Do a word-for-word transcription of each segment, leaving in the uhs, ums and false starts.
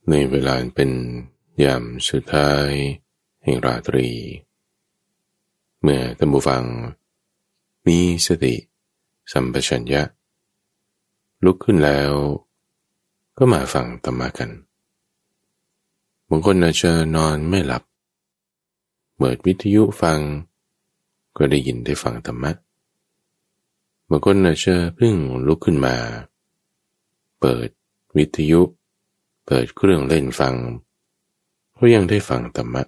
ในเวลาเป็นยามสุดท้ายแห่งราตรีเมื่อท่านผู้ฟังมีสติสัมปชัญญะลุกขึ้นแล้วก็มาฟังธรรมะกันบางคนอาจจะนอนไม่หลับเปิดวิทยุฟังก็ได้ยินได้ฟังธรรมะบางคนอาจจะเพิ่งลุกขึ้นมาเปิดวิทยุเปิดเครื่องเล่นฟังก็ยังได้ฟังธรรมะ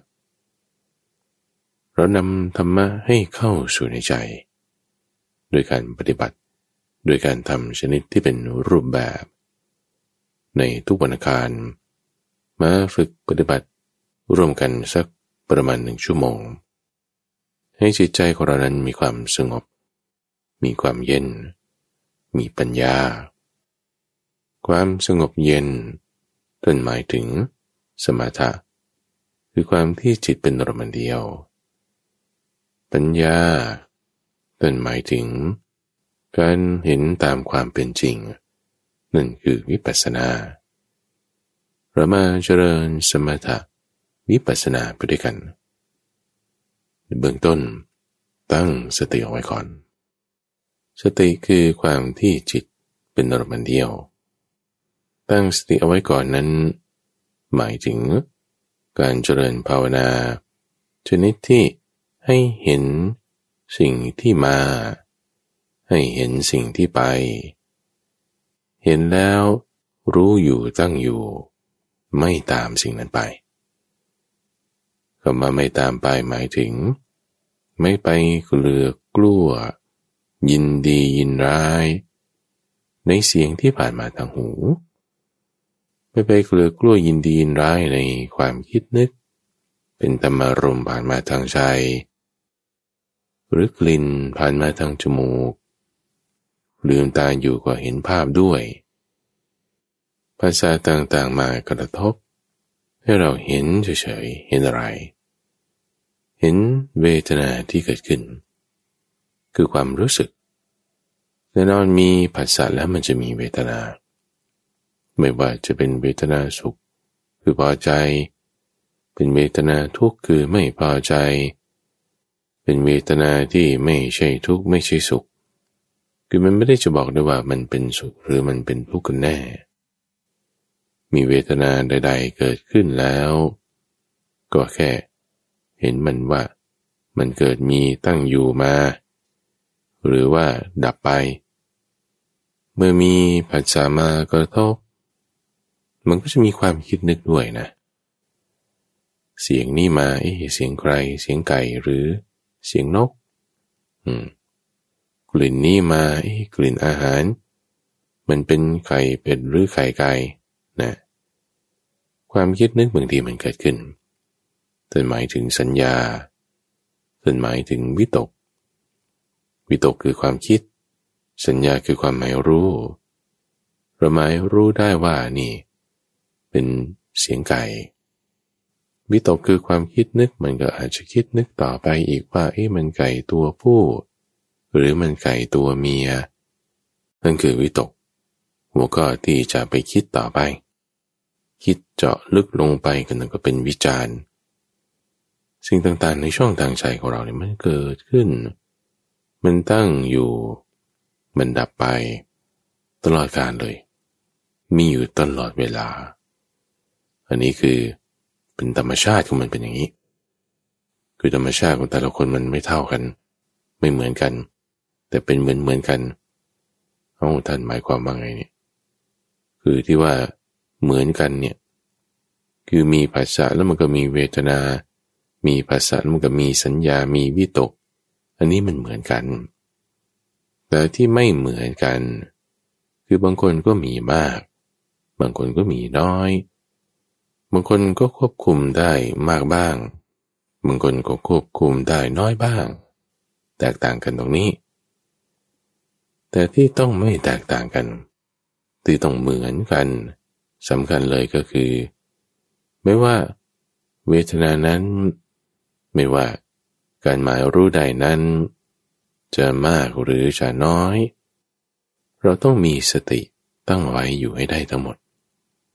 เรานำธรรมะให้เข้าสู่ในใจโดยการปฏิบัติโดยการทำชนิดที่เป็นรูปแบบในทุกวันอังคารมาฝึกปฏิบัติร่วมกันสักประมาณหนึ่งชั่วโมงให้จิตใจของเรานั้นมีความสงบมีความเย็นมีปัญญาความสงบเย็นนั่นหมายถึงสมถะคือความที่จิตเป็นอารมณ์เดียวปัญญานั่นหมายถึงการเห็นตามความเป็นจริงนั่นคือวิปัสสนาเรามาเจริญสมถะวิปัสสนาไปด้วยกันเบื้องต้นตั้งสติเอาไว้ก่อนสติคือความที่จิตเป็นอารมณ์เดียวตั้งสติเอาไว้ก่อนนั้นหมายถึงการเจริญภาวนาชนิดที่ให้เห็นสิ่งที่มาให้เห็นสิ่งที่ไปเห็นแล้วรู้อยู่ตั้งอยู่ไม่ตามสิ่งนั้นไปคำว่าไม่ตามไปหมายถึงไม่ไปเกลือกลัวยินดียินร้ายในเสียงที่ผ่านมาทางหูไม่ไปเกลือกลัวยินดียินร้ายในความคิดนึกเป็นธรรมารมณ์ผ่านมาทางใจหรือกลิ่นผ่านมาทางจมูกลืมตาอยู่ก็เห็นภาพด้วยภาษาต่างๆมากระทบให้เราเห็นเฉยๆเห็นอะไรเห็นเวทนาที่เกิดขึ้นคือความรู้สึกแน่นอนมีผัสสะแล้วมันจะมีเวทนาไม่ว่าจะเป็นเวทนาสุขคือพอใจเป็นเวทนาทุกข์คือไม่พอใจเป็นเวทนาที่ไม่ใช่ทุกข์ไม่ใช่สุขคือมันไม่ได้จะบอกได้ว่ามันเป็นสุขหรือมันเป็นทุกข์กันแน่มีเวทนาใดๆเกิดขึ้นแล้วก็แค่เห็นมันว่ามันเกิดมีตั้งอยู่มาหรือว่าดับไปเมื่อมีผัสสะมากระทบมันก็จะมีความคิดนึกด้วยนะเสียงนี้มาเอ๊ะเสียงใครเสียงไก่หรือเสียงนกอืมกลิ่นนี้มาเอ๊ะกลิ่นอาหารมันเป็นไข่เป็ดหรือไข่ไก่นะความคิดนึกบางทีมันเกิดขึ้นแต่หมายถึงสัญญาแต่หมายถึงวิตกวิตกคือความคิดสัญญาคือความหมายรู้เราหมายรู้ได้ว่านี่เป็นเสียงไก่วิตกคือความคิดนึกมันก็อาจจะคิดนึกต่อไปอีกว่าเอ๊ะมันไก่ตัวผู้หรือมันไก่ตัวเมียนั่นคือวิตกหัวข้อที่จะไปคิดต่อไปคิดเจาะลึกลงไปกันนั่นก็เป็นวิจารณ์สิ่งต่างๆในช่องทางใจของเราเนี่ยมันเกิดขึ้นมันตั้งอยู่มันดับไปตลอดกาลเลยมีอยู่ตลอดเวลาอันนี้คือเป็นธรรมชาติของมันเป็นอย่างนี้คือธรรมชาติของแต่ละคนมันไม่เท่ากันไม่เหมือนกันแต่เป็นเหมือนเหมือนกันเอ้าท่านหมายความว่าไงเนี่ยคือที่ว่าเหมือนกันเนี่ยคือมีผัสสะแล้วมันก็มีเวทนามีผัสสะแล้วมันก็มีสัญญามีวิตกอันนี้มันเหมือนกันแต่ที่ไม่เหมือนกันคือบางคนก็มีมากบางคนก็มีน้อยบางคนก็ควบคุมได้มากบ้างบางคนก็ควบคุมได้น้อยบ้างแตกต่างกันตรงนี้แต่ที่ต้องไม่แตกต่างกันที่ต้องเหมือนกันสำคัญเลยก็คือไม่ว่าเวทนานั้นไม่ว่าการหมายรู้ใดนั้นจะมากหรือจะน้อยเราต้องมีสติตั้งไว้อยู่ให้ได้ทั้งหมด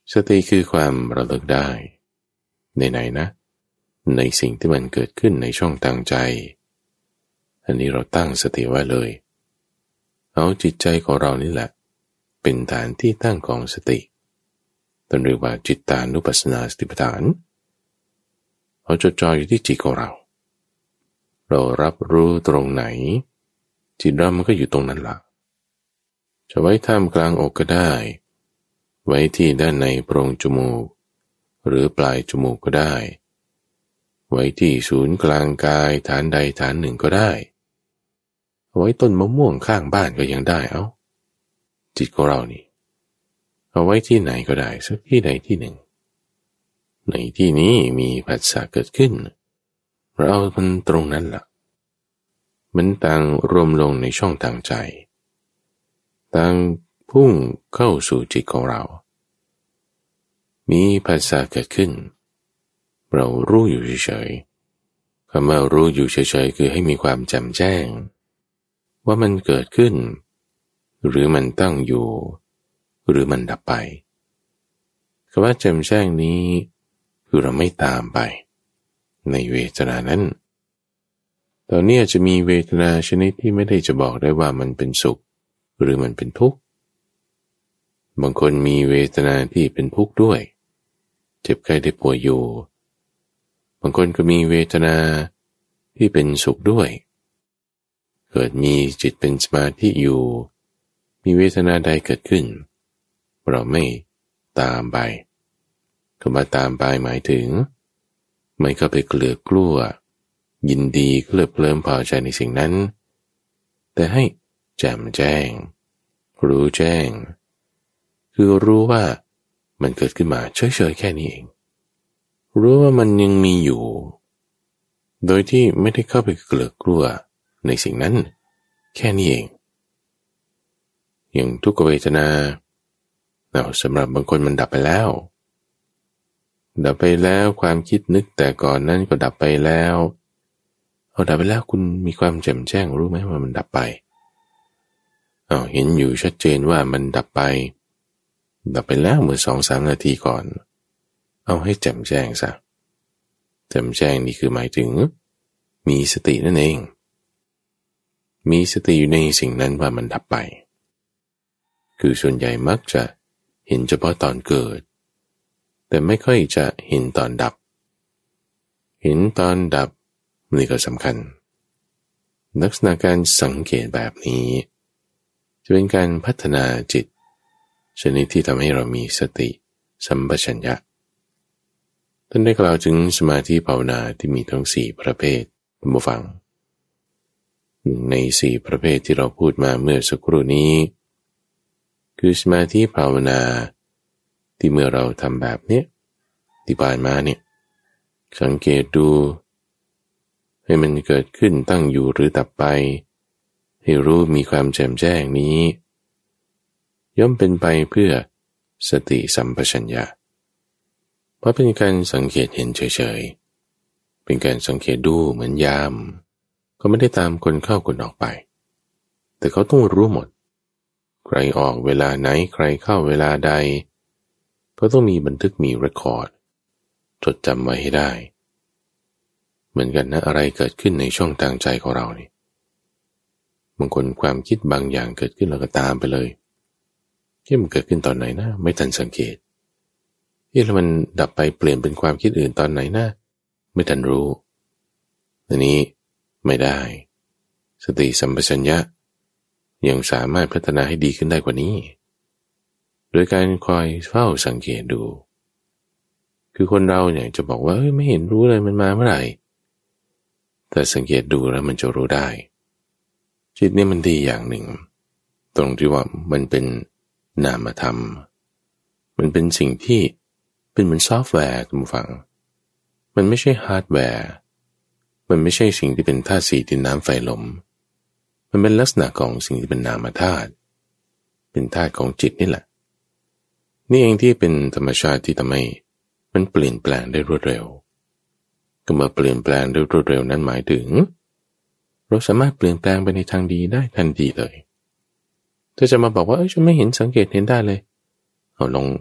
สติคือความระลึกได้ในไหนนะในสิ่งที่มันเกิดขึ้นในช่องทางใจอันนี้เราตั้งสติไว้เลยเอาจิตใจของเรานี่แหละเป็นฐานที่ตั้งของสติต้นเรียกว่าจิตตานุปัสสนาสติปัฏฐานเอาจดจ่ออยู่ที่จิตของเราเรารับรู้ตรงไหนจิตเรามันก็อยู่ตรงนั้นละจะไว้ท่ามกลางอกก็ได้ไว้ที่ด้านในโพรงจมูกหรือปลายจมูกก็ได้ไว้ที่ศูนย์กลางกายฐานใดฐานหนึ่งก็ได้ไว้ต้นมะม่วงข้างบ้านก็ยังได้เอาจิตของเรานี่เอาไว้ที่ไหนก็ได้สักที่ใดที่หนึ่งในที่นี้มีผัสสะเกิดขึ้นเราเอามันตรงนั้นล่ะมันต่างรวมลงในช่องทางใจต่างพุ่งเข้าสู่จิตของเรามีผัสสะเกิดขึ้นเรารู้อยู่เฉยๆคำว่ารู้อยู่เฉยๆคือให้มีความแจ่มแจ้งว่ามันเกิดขึ้นหรือมันตั้งอยู่หรือมันดับไปคำว่าแจ่มแจ้งนี้คือเราไม่ตามไปในเวทนานั้นตอนนี้จะมีเวทนาชนิดที่ไม่ได้จะบอกได้ว่ามันเป็นสุขหรือมันเป็นทุกข์บางคนมีเวทนาที่เป็นทุกข์ด้วยเจ็บไข้ได้ป่วยอยู่บางคนก็มีเวทนาที่เป็นสุขด้วยเกิดมีจิตเป็นสมาธิอยู่มีเวทนาใดเกิดขึ้นเราไม่ตามไปคำว่าตามไปหมายถึงไม่เข้าไปเกลือกลัวยินดีเคลิบเคลิ้มพอใจในสิ่งนั้นแต่ให้แจ่มแจ้งรู้แจ้งคือรู้ว่ามันเกิดขึ้นมาเฉยๆแค่นี้เองรู้ว่ามันยังมีอยู่โดยที่ไม่ได้เข้าไปเกลือกลัวในสิ่งนั้นแค่นี้เองอย่างทุกขเวทนาเอาสำหรับบางคนมันดับไปแล้วดับไปแล้วความคิดนึกแต่ก่อนนั้นก็ดับไปแล้วเอาดับไปแล้วคุณมีความแจ่มแจ้งรู้ไหมว่ามันดับไปเอาเห็นอยู่ชัดเจนว่ามันดับไปดับไปแล้วเมื่อสองสามนาทีก่อนเอาให้แจ่มแจ้งซะแจ่มแจ้งนี่คือหมายถึงมีสตินั่นเองมีสติอยู่ในสิ่งนั้นว่ามันดับไปคือส่วนใหญ่มักจะเห็นเฉพาะตอนเกิดแต่ไม่ค่อยจะเห็นตอนดับเห็นตอนดับนี่ก็สำคัญลักษณะการสังเกตแบบนี้จะเป็นการพัฒนาจิตชนิดที่ทำให้เรามีสติสัมปชัญญะท่านได้กล่าวถึงสมาธิภาวนาที่มีทั้งสี่ประเภทท่านผู้ฟังในสี่ประเภทที่เราพูดมาเมื่อสักครู่นี้คือสมาธิภาวนาที่เมื่อเราทำแบบนี้ที่ผ่านมาเนี่ยสังเกตดูให้มันเกิดขึ้นตั้งอยู่หรือดับไปให้รู้มีความแจ่มแจ้งนี้ย่อมเป็นไปเพื่อสติสัมปชัญญะเพราะเป็นการสังเกตเห็นเฉยๆเป็นการสังเกตดูเหมือนยามก็ไม่ได้ตามคนเข้าคนออกไปแต่เขาต้องรู้หมดใครออกเวลาไหนใครเข้าเวลาใดเขาต้องมีบันทึกมีเรคคอร์ดจดจำไว้ให้ได้เหมือนกันนะอะไรเกิดขึ้นในช่องทางใจของเรานี่บางคนความคิดบางอย่างเกิดขึ้นแล้วก็ตามไปเลยที่มันเกิดขึ้นตอนไหนนะไม่ทันสังเกตที่แล้วมันดับไปเปลี่ยนเป็นความคิดอื่นตอนไหนนะไม่ทันรู้อันนี้ไม่ได้สติสัมปชัญญะยังสามารถพัฒนาให้ดีขึ้นได้กว่านี้โดยการคอยเฝ้าสังเกตดูคือคนเราเนี่ยจะบอกว่าเฮ้ยไม่เห็นรู้เลยมันมาเมื่อไหร่แต่สังเกตดูแล้วมันจะรู้ได้จิตนี่มันดีอย่างหนึ่งตรงที่ว่ามันเป็นนามธรรมมันเป็นสิ่งที่เป็นเหมือนซอฟต์แวร์คุณผู้ฟังมันไม่ใช่ฮาร์ดแวร์มันไม่ใช่สิ่งที่เป็นธาตุสี่ดินน้ำไฟลมมันเป็นลักษณะของสิ่งที่เป็นนามธาตุเป็นธาตุของจิตนี่แหละนี่เองที่เป็นธรรมชาติที่ทำให้มันเปลี่ยนแปลงได้รวดเร็วก็เมื่อเปลี่ยนแปลงได้รวดเร็วนั้นหมายถึงเราสามารถเปลี่ยนแปลงไปในทางดีได้ทันทีเลยถ้าจะมาบอกว่าเอ้ยฉันไม่เห็นสังเกตเห็นได้เลยเอาลอง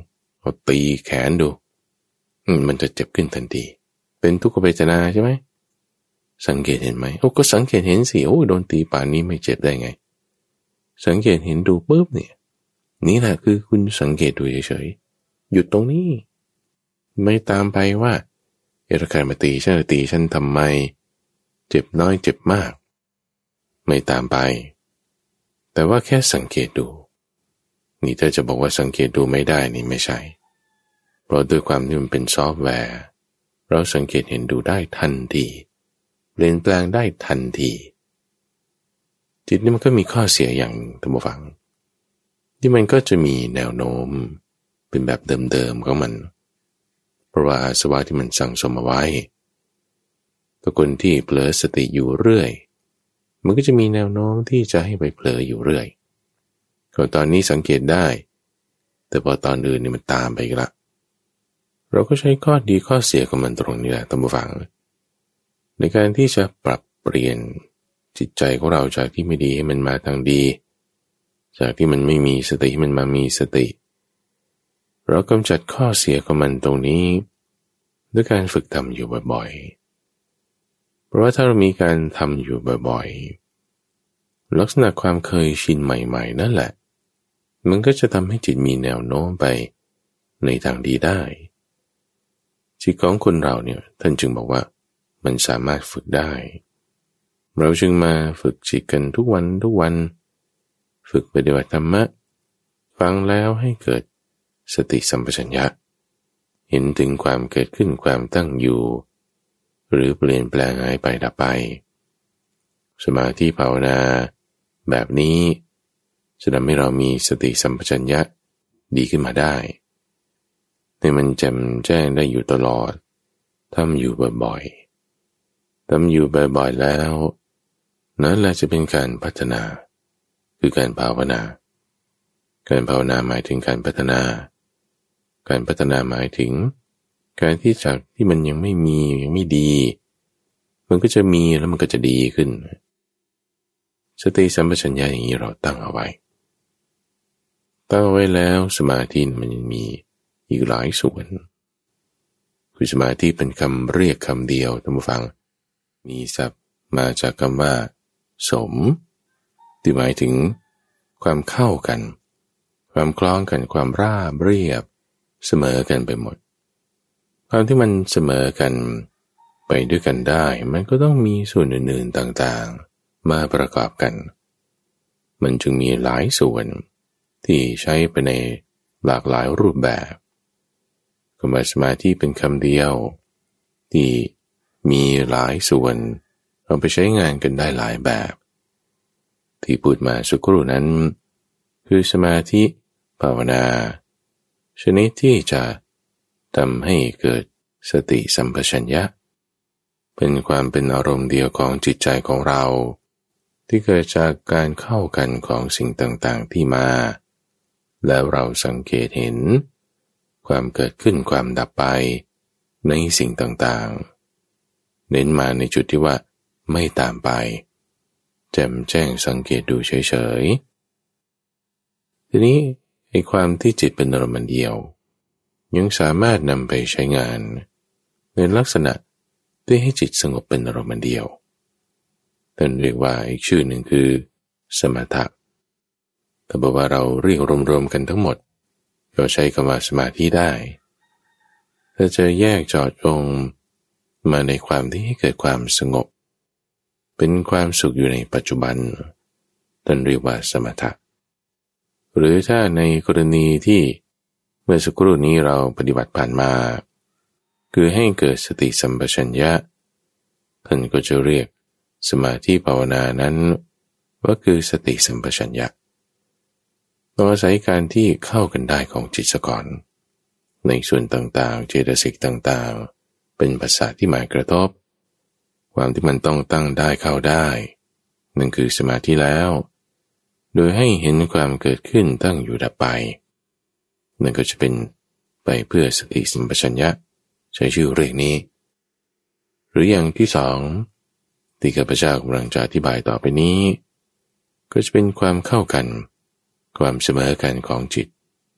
เอาตีแขนดูมันจะเจ็บขึ้นทันทีเป็นทุกขเวทนาใช่ไหมสังเกตเห็นไหมโอ้ก็สังเกตเห็นสิโอ้โดนตีป่านนี้ไม่เจ็บได้ไงสังเกตเห็นดูปุ๊บเนี่ยนี่แหละคือคุณสังเกตดูเฉยๆหยุดตรงนี้ไม่ตามไปว่าเอราใครมาตีฉันตีฉันทำไมเจ็บน้อยเจ็บมากไม่ตามไปแต่ว่าแค่สังเกตดูนี่เธอจะบอกว่าสังเกตดูไม่ได้นี่ไม่ใช่เพราะด้วยความที่มันเป็นซอฟต์แวร์เราสังเกตเห็นดูได้ทันทีเปลี่ยนแปลงได้ทันทีจิตนี่มันก็มีข้อเสียอย่างท่านผู้ฟังที่มันก็จะมีแนวโน้มเป็นแบบเดิมๆของมันเพราะว่าอาสวะที่มันสั่งสมเอาไว้ถ้าคนที่เผลอสติอยู่เรื่อยมันก็จะมีแนวโน้มที่จะให้ไปเผลออยู่เรื่อยก็ตอนนี้สังเกตได้แต่พอตอนอื่นนี่มันตามไปอีกละเราก็ใช้ข้อดีข้อเสียของมันตรงนี้แหละท่านผู้ฟังในการที่จะปรับเปลี่ยนจิตใจของเราจากที่ไม่ดีให้มันมาทางดีจากที่มันไม่มีสติให้มันมามีสติเรากำจัดข้อเสียของมันตรงนี้ด้วยการฝึกทำอยู่บ่อยๆเพราะว่าถ้าเรามีการทำอยู่บ่อยๆลักษณะความเคยชินใหม่ๆนั่นแหละมันก็จะทำให้จิตมีแนวโน้มไปในทางดีได้จิตของคนเราเนี่ยท่านจึงบอกว่ามันสามารถฝึกได้เราจึงมาฝึกจิตกันทุกวันทุกวันฝึกปฏิบัติธรรมะฟังแล้วให้เกิดสติสัมปชัญญะเห็นถึงความเกิดขึ้นความตั้งอยู่หรือเปลี่ยนแปลงหายไปดับไปสมาธิภาวนาแบบนี้จะทำให้เรามีสติสัมปชัญญะดีขึ้นมาได้ให้มันแจ่มแจ้งได้อยู่ตลอดทำอยู่บ่อยๆทำอยู่บ่อยๆแล้วนั่นแหละจะเป็นการพัฒนาคือการภาวนาการภาวนาหมายถึงการพัฒนาการพัฒนาหมายถึงการที่จากที่มันยังไม่มียังไม่ดีมันก็จะมีแล้วมันก็จะดีขึ้นสติสัมปชัญญะอย่างนี้เราตั้งเอาไว้ตั้งเอาไว้แล้วสมาธิมันยังมีอีกหลายส่วนคือสมาธิเป็นคำเรียกคำเดียวท่านผู้ฟังมีศัพท์มาจากคำว่าสมที่หมายถึงความเข้ากันความคล้องกันความราบเรียบเสมอกันไปหมดความที่มันเสมอกันไปด้วยกันได้มันก็ต้องมีส่วนอื่นๆต่างๆมาประกอบกันมันจึงมีหลายส่วนที่ใช้ไปในหลากหลายรูปแบบคำว่าสมาธิเป็นคำเดียวที่มีหลายส่วนเอาไปใช้งานกันได้หลายแบบที่พูดมาสักครู่นั้นคือสมาธิภาวนาชนิดที่จะทำให้เกิดสติสัมปชัญญะเป็นความเป็นอารมณ์เดียวของจิตใจของเราที่เกิดจากการเข้ากันของสิ่งต่างๆที่มาแล้วเราสังเกตเห็นความเกิดขึ้นความดับไปในสิ่งต่างๆเน้นมาในจุดที่ว่าไม่ตามไปแจ่มแจ้งสังเกตดูเฉยๆทีนี้ไอ้ความที่จิตเป็นอารมณ์เดียวยังสามารถนำไปใช้งานในลักษณะที่ให้จิตสงบเป็นอารมณ์เดียวท่านเรียกว่าอีกชื่อหนึ่งคือสมถะถ้าบอกว่าเราเรียกรวมๆกันทั้งหมดก็ใช้คำว่าสมาธิได้ถ้าจะแยกเจาะจงมาในความที่ให้เกิดความสงบเป็นความสุขอยู่ในปัจจุบันท่านเรียกว่าสมถะหรือถ้าในกรณีที่เมื่อสักครู่นี้เราปฏิบัติผ่านมาคือให้เกิดสติสัมปชัญญะท่านก็จะเรียกสมาธิภาวนานั้นว่าคือสติสัมปชัญญะต้องอาศัยการที่เข้ากันได้ของจิตซะก่อนในส่วนต่างๆเจตสิกต่างๆเป็นภาษาที่หมายกระทบความที่มันต้องตั้งได้เข้าได้นั่นคือสมาธิแล้วโดยให้เห็นความเกิดขึ้นตั้งอยู่ดับไปนั่นก็จะเป็นไปเพื่อสติสัมปชัญญะใช้ชื่อเรียกนี้หรืออย่างที่สองที่ข้าพเจ้ากำลังจะอธิบายต่อไปนี้ก็จะเป็นความเข้ากันความเสมอกันของจิต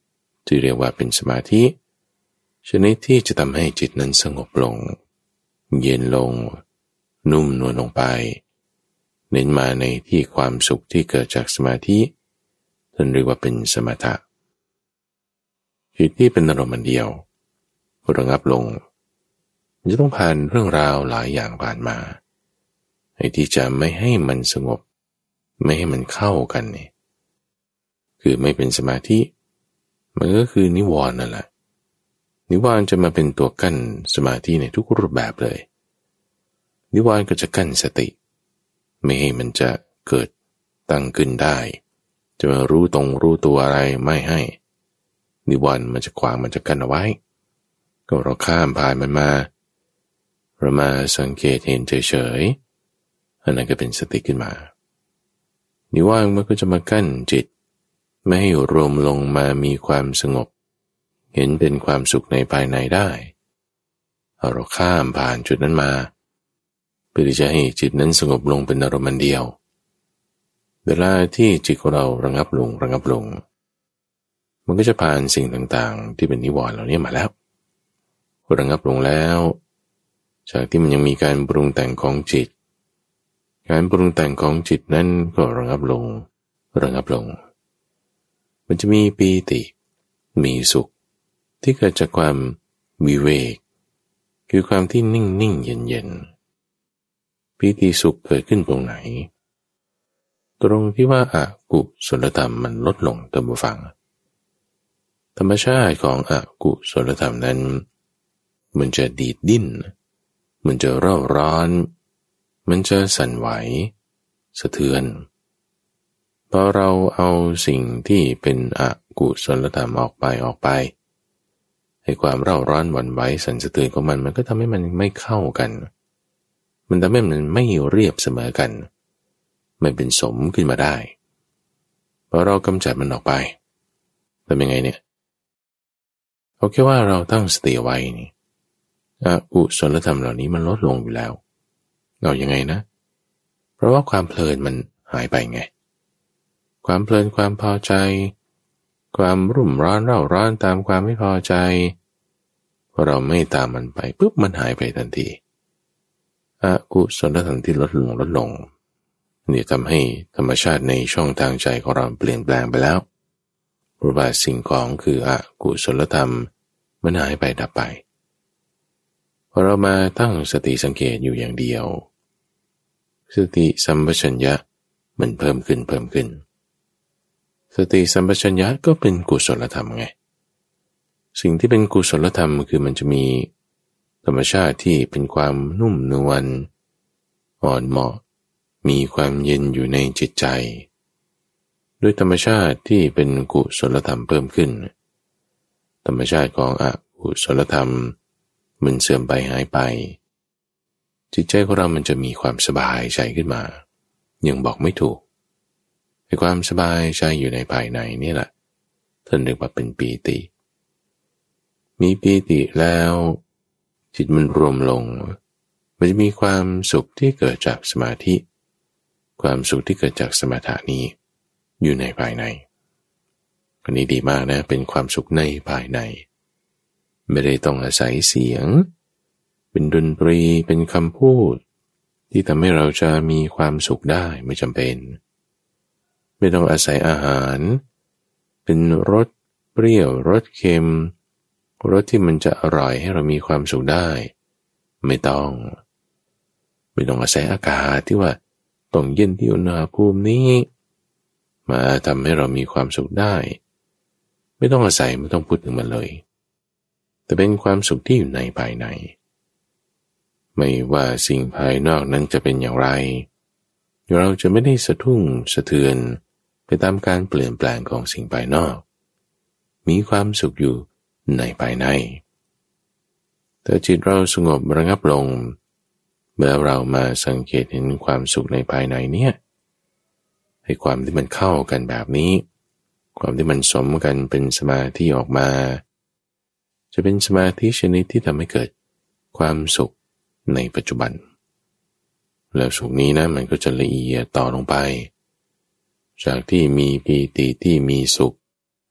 ที่เรียกว่าเป็นสมาธิชนิดที่จะทำให้จิตนั้นสงบลงเย็นลงนุ่มนวลลงไปเน้นมาในที่ความสุขที่เกิดจากสมาธิท่านเรียกว่าเป็นสมถะจิตที่เป็นอารมณ์เดียวระงับลงมันจะต้องผ่านเรื่องราวหลายอย่างผ่านมาไอ้ที่จะไม่ให้มันสงบไม่ให้มันเข้ากันนี่คือไม่เป็นสมาธิมันก็คือนิวรณ์นั่นแหละนิวรณ์จะมาเป็นตัวกั้นสมาธิในทุกรูปแบบเลยนิวรณ์ก็จะกั้นสติไม่ให้มันจะเกิดตั้งขึ้นได้จะมารู้ตรงรู้ตัวอะไรไม่ให้นิวรณ์มันจะขวางมันจะกั้นเอาไว้ก็เราข้ามผ่านมันมาเรามาสังเกตเห็นเฉยๆอันนั้นก็เป็นสติขึ้นมานิวรณ์มันก็จะมากั้นจิตไม่ให้รวมลงมามีความสงบเห็นเป็นความสุขในภายในได้เราข้ามผ่านจุดนั้นมาเพื่อที่จะให้จิตนั้นสงบลงเป็นอารมณ์เดียวเวลาที่จิตของเราระงับลงระงับลงมันก็จะผ่านสิ่งต่างๆที่เป็นนิวรณ์เหล่านี้มาแล้วระงับลงแล้วจากที่มันยังมีการปรุงแต่งของจิตการปรุงแต่งของจิตนั้นก็ระงับลงระงับลงมันจะมีปีติมีสุขที่เกิดจากความวิเวกคือความที่นิ่งนิ่งเย็นเย็นปีติสุขเกิดขึ้นตรงไหนตรงที่ว่าอกุศลธรรมมันลดลงตามผู้ฟังธรรมชาติของอกุศลธรรมนั้นมันจะดีดดิ้นมันจะเร่าร้อนมันจะสั่นไหวสะเทือนพอเราเอาสิ่งที่เป็นอกุศลธรรมออกไปออกไปให้ความเร่าร้อนหวั่นไหวสั่นสะเทือนของมันมันก็ทำให้มันไม่เข้ากันมันทำให้มันไม่เรียบเสมอกันไม่เป็นสมขึ้นมาได้พอเรากำจัดมันออกไปทำยังไงเนี่ยเอาแค่ว่าเราตั้งสติไว้นี่อกุศลธรรมเหล่านี้มันลดลงอยู่แล้วเอายังไงนะเพราะว่าความเพลินมันหายไปไงความเพลินความพอใจความรุ่มร้อนเร่าร้อนตามความไม่พอใจพอเราไม่ตามมันไปปุ๊บมันหายไปทันทีอกุศลธรรมที่ลดลงลดลงนี่ทำให้ธรรมชาติในช่องทางใจของเราเปลี่ยนแปลงไปแล้วเพราะว่าสิ่งของคืออกุศลธรรมมันหายไปดับไปพอเรามาตั้งสติสังเกตอยู่อย่างเดียวสติสัมปชัญญะมันเพิ่มขึ้นเพิ่มขึ้นสติสัมปชัญญะก็เป็นกุศลธรรมไงสิ่งที่เป็นกุศลธรรมคือมันจะมีธรรมชาติที่เป็นความนุ่มนวลอ่อนเหมาะมีความเย็นอยู่ในจิตใจด้วยธรรมชาติที่เป็นกุศลธรรมเพิ่มขึ้นธรรมชาติของอกุศลธรรมมันเสื่อมไปหายไปจิตใจของเรามันจะมีความสบายใจขึ้นมายังบอกไม่ถูกไอ้ความสบายใจอยู่ในภายในนี่แหละท่านเรียกว่าเป็นปีติมีปีติแล้วจิตมันรวมลงมันจะมีความสุขที่เกิดจากสมาธิความสุขที่เกิดจากสมถะนี้อยู่ในภายในอันนี้ดีมากนะเป็นความสุขในภายในไม่ได้ต้องอาศัยเสียงเป็นดนตรีเป็นคำพูดที่ทำให้เราจะมีความสุขได้ไม่จำเป็นไม่ต้องอาศัยอาหารเป็นรสเปรี้ยวรสเค็มรสที่มันจะอร่อยให้เรามีความสุขได้ไม่ต้องไม่ต้องอาศัยอากาศที่ว่าต้องเย็นที่อุณหภูมินี้มาทำให้เรามีความสุขได้ไม่ต้องอาศัยไม่ต้องพูดถึงมันเลยแต่เป็นความสุขที่อยู่ในภายในไม่ว่าสิ่งภายนอกนั้นจะเป็นอย่างไรเราจะไม่ได้สะทุ่งสะเทือนไปตามการเปลี่ยนแปลงของสิ่งภายนอกมีความสุขอยู่ในภายในแต่จิตเราสงบระงับลงเมื่อเรามาสังเกตเห็นความสุขในภายในเนี่ยให้ความที่มันเข้ากันแบบนี้ความที่มันสมกันเป็นสมาธิออกมาจะเป็นสมาธิชนิดที่ทำให้เกิดความสุขในปัจจุบันแล้วสุขนี้นะมันก็จะละเอียดต่อลงไปจากที่มีปีติที่มีสุข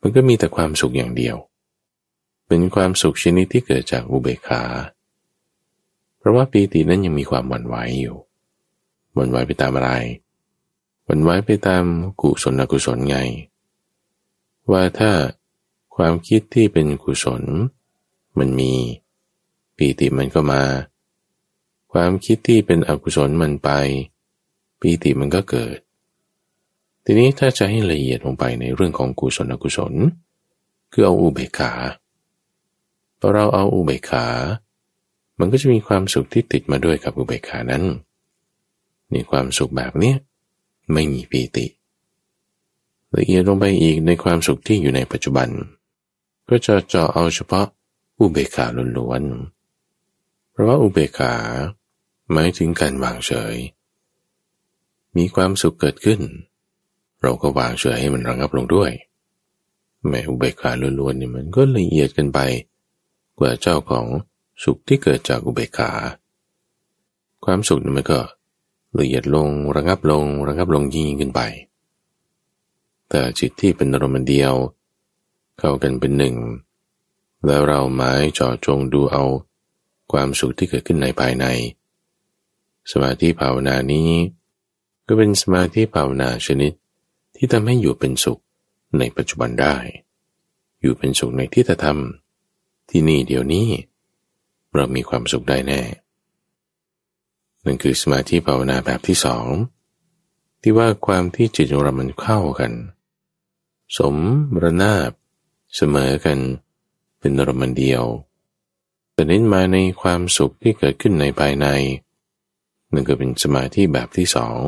มันก็มีแต่ความสุขอย่างเดียวเป็นความสุขชนิดที่เกิดจากอุเบกขาเพราะว่าปีตินั้นยังมีความหวั่นไหวอยู่หวั่นไหวไปตามอะไรหวั่นไหวไปตามกุศลอกุศลไงว่าถ้าความคิดที่เป็นกุศลมันมีปีติมันก็มาความคิดที่เป็นอกุศลมันไปปีติมันก็เกิดทีนี้ถ้าจะให้ละเอียดลงไปในเรื่องของกุศลอกุศลคือเอาอุเบกขาพอเราเอาอุเบกขามันก็จะมีความสุขที่ติดมาด้วยกับอุเบกขานั้นในความสุขแบบนี้ไม่มีปีติละเอียดลงไปอีกในความสุขที่อยู่ในปัจจุบันก็จะเจาะเอาเฉพาะอุเบกขาล้วนๆเพราะว่าอุเบกขาหมายถึงการวางเฉยมีความสุขเกิดขึ้นเราก็วางเฉยให้มันระงับลงด้วยแม้อุเบกขาล้วนๆนี่มันก็ละเอียดกันไปกว่าเจ้าของสุขที่เกิดจากอุเบกขาความสุขนี่มันก็ละเอียดลงระงับลงระงับลงยิ่งขึ้นไปแต่จิตที่เป็นอารมณ์เดียวเข้ากันเป็นหนึ่งแล้วเราหมายเจาะจงดูเอาความสุขที่เกิดขึ้นในภายในสมาธิภาวนานี้ก็เป็นสมาธิภาวนาชนิดที่ทำให้อยู่เป็นสุขในปัจจุบันได้อยู่เป็นสุขในที่จะทำที่นี่เดี๋ยวนี้เรามีความสุขได้แน่นั่นคือสมาธิภาวนาแบบที่สองที่ว่าความที่จิตของเรามันเข้ากันสมระนาบเสมอกันเป็นอารมณ์เดียวแต่เน้นมาในความสุขที่เกิดขึ้นในภายในนั่นก็เป็นสมาธิแบบที่สอง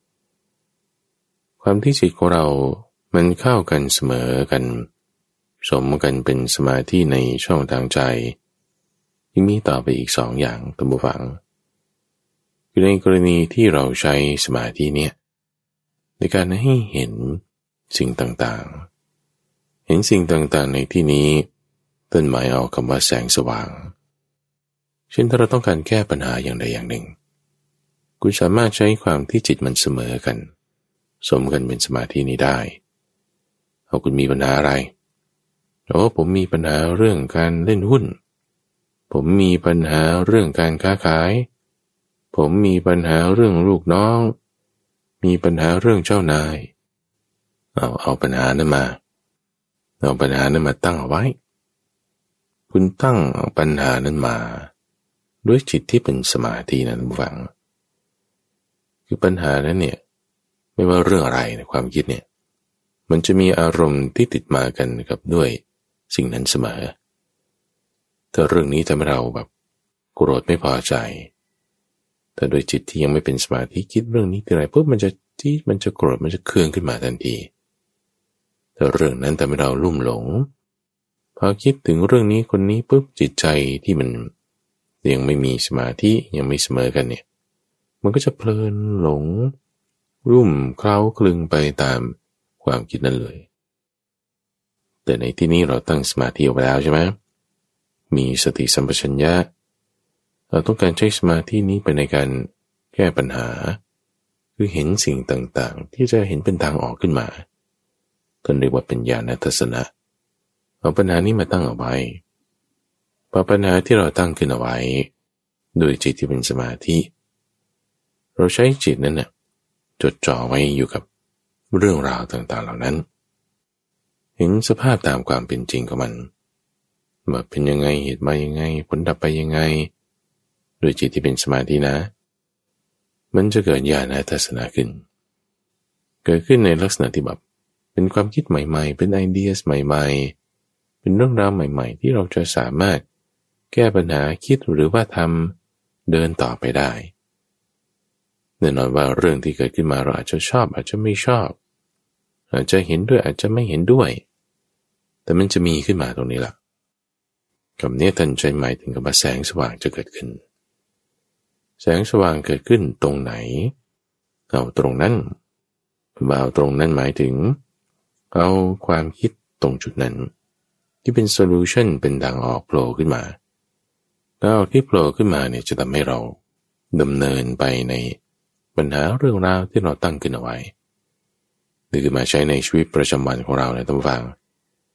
ความที่จิตของเรามันเข้ากันเสมอกันสมกันเป็นสมาธิในช่องทางใจยังมีต่อไปอีกสองอย่างท่านผู้ฟังคือในกรณีที่เราใช้สมาธิเนี่ยในการให้เห็นสิ่งต่างๆเห็นสิ่งต่างๆในที่นี้ต้นหมายเอาคำว่าแสงสว่างเช่นถ้าเราต้องการแก้ปัญหาอย่างใดอย่างหนึ่งคุณสามารถใช้ความที่จิตมันเสมอกันสมกันเป็นสมาธินี้ได้เอาคุณมีปัญหาอะไรโอ้ผมมีปัญหาเรื่องการเล่นหุ้นผมมีปัญหาเรื่องการค้าขายผมมีปัญหาเรื่องลูกน้องมีปัญหาเรื่องเจ้านายเอาเอาปัญหานั้นมาเอาปัญหานั้นมาตั้งเอาไว้คุณตั้งเอาปัญหานั้นมาด้วยจิตที่เป็นสมาธินั้นฟังคือปัญหานั้นเนี่ยไม่ว่าเรื่องอะไรในความคิดเนี่ยมันจะมีอารมณ์ที่ติดมากันกับด้วยสิ่งนั้นเสมอถ้าเรื่องนี้ทำให้เราแบบโกรธไม่พอใจแต่โดยจิตที่ยังไม่เป็นสมาธิคิดเรื่องนี้ทีไรปุ๊บมันจะที่มันจะโกรธมันจะเคืองขึ้นมาทันทีแต่เรื่องนั้นทำให้เราลุ่มหลงพอคิดถึงเรื่องนี้คนนี้ปุ๊บจิตใจที่มันยังไม่มีสมาธิยังไม่เสมอกันเนี่ยมันก็จะเพลินหลงรุ่มเคล้าคลึงไปตามความคิดนั้นเลยแต่ในที่นี้เราตั้งสมาธิเอาไว้แล้วใช่ไหมมีสติสัมปชัญญะเราต้องการใช้สมาธินี้ไปในการแก้ปัญหาคือเห็นสิ่งต่างๆที่จะเห็นเป็นทางออกขึ้นมาท่านเรียกว่าเป็นญาณทัศนะเอาปัญหานี้มาตั้งเอาไว้พอปัญหาที่เราตั้งขึ้นเอาไว้โดยจิตที่เป็นสมาธิเราใช้จิตนั้นน่ะจดจ่อไว้อยู่กับเรื่องราวต่างๆเหล่านั้นเห็นสภาพตามความเป็นจริงของมันว่าเป็นยังไงเหตุมายังไงผลดับไปยังไงโดยจิตที่เป็นสมาธินะมันจะเกิดญาณทัศนะขึ้นเกิดขึ้นในลักษณะที่แบบเป็นความคิดใหม่ๆเป็นไอเดียใหม่ๆเป็นเรื่องราวใหม่ๆที่เราจะสามารถแก้ปัญหาคิดหรือว่าทำเดินต่อไปได้แน่นอนว่าเรื่องที่เกิดขึ้นมาเราอาจจะชอบอาจจะไม่ชอบอาจจะเห็นด้วยอาจจะไม่เห็นด้วยแต่มันจะมีขึ้นมาตรงนี้ล่ะคำนี้ท่านใช้หมายถึงกับแสงสว่างจะเกิดขึ้นแสงสว่างเกิดขึ้นตรงไหนเอาตรงนั้นเอาตรงนั้นหมายถึงเอาความคิดตรงจุดนั้นที่เป็นโซลูชันเป็นทางออกโผล่ขึ้นมาแล้วที่โผล่ขึ้นมาเนี่ยจะทำให้เราดำเนินไปในปัญหาเรื่องราวที่เราตั้งขึ้นเอาไว้หรือมาใช้ในชีวิตประจำวันของเราในท่านฟัง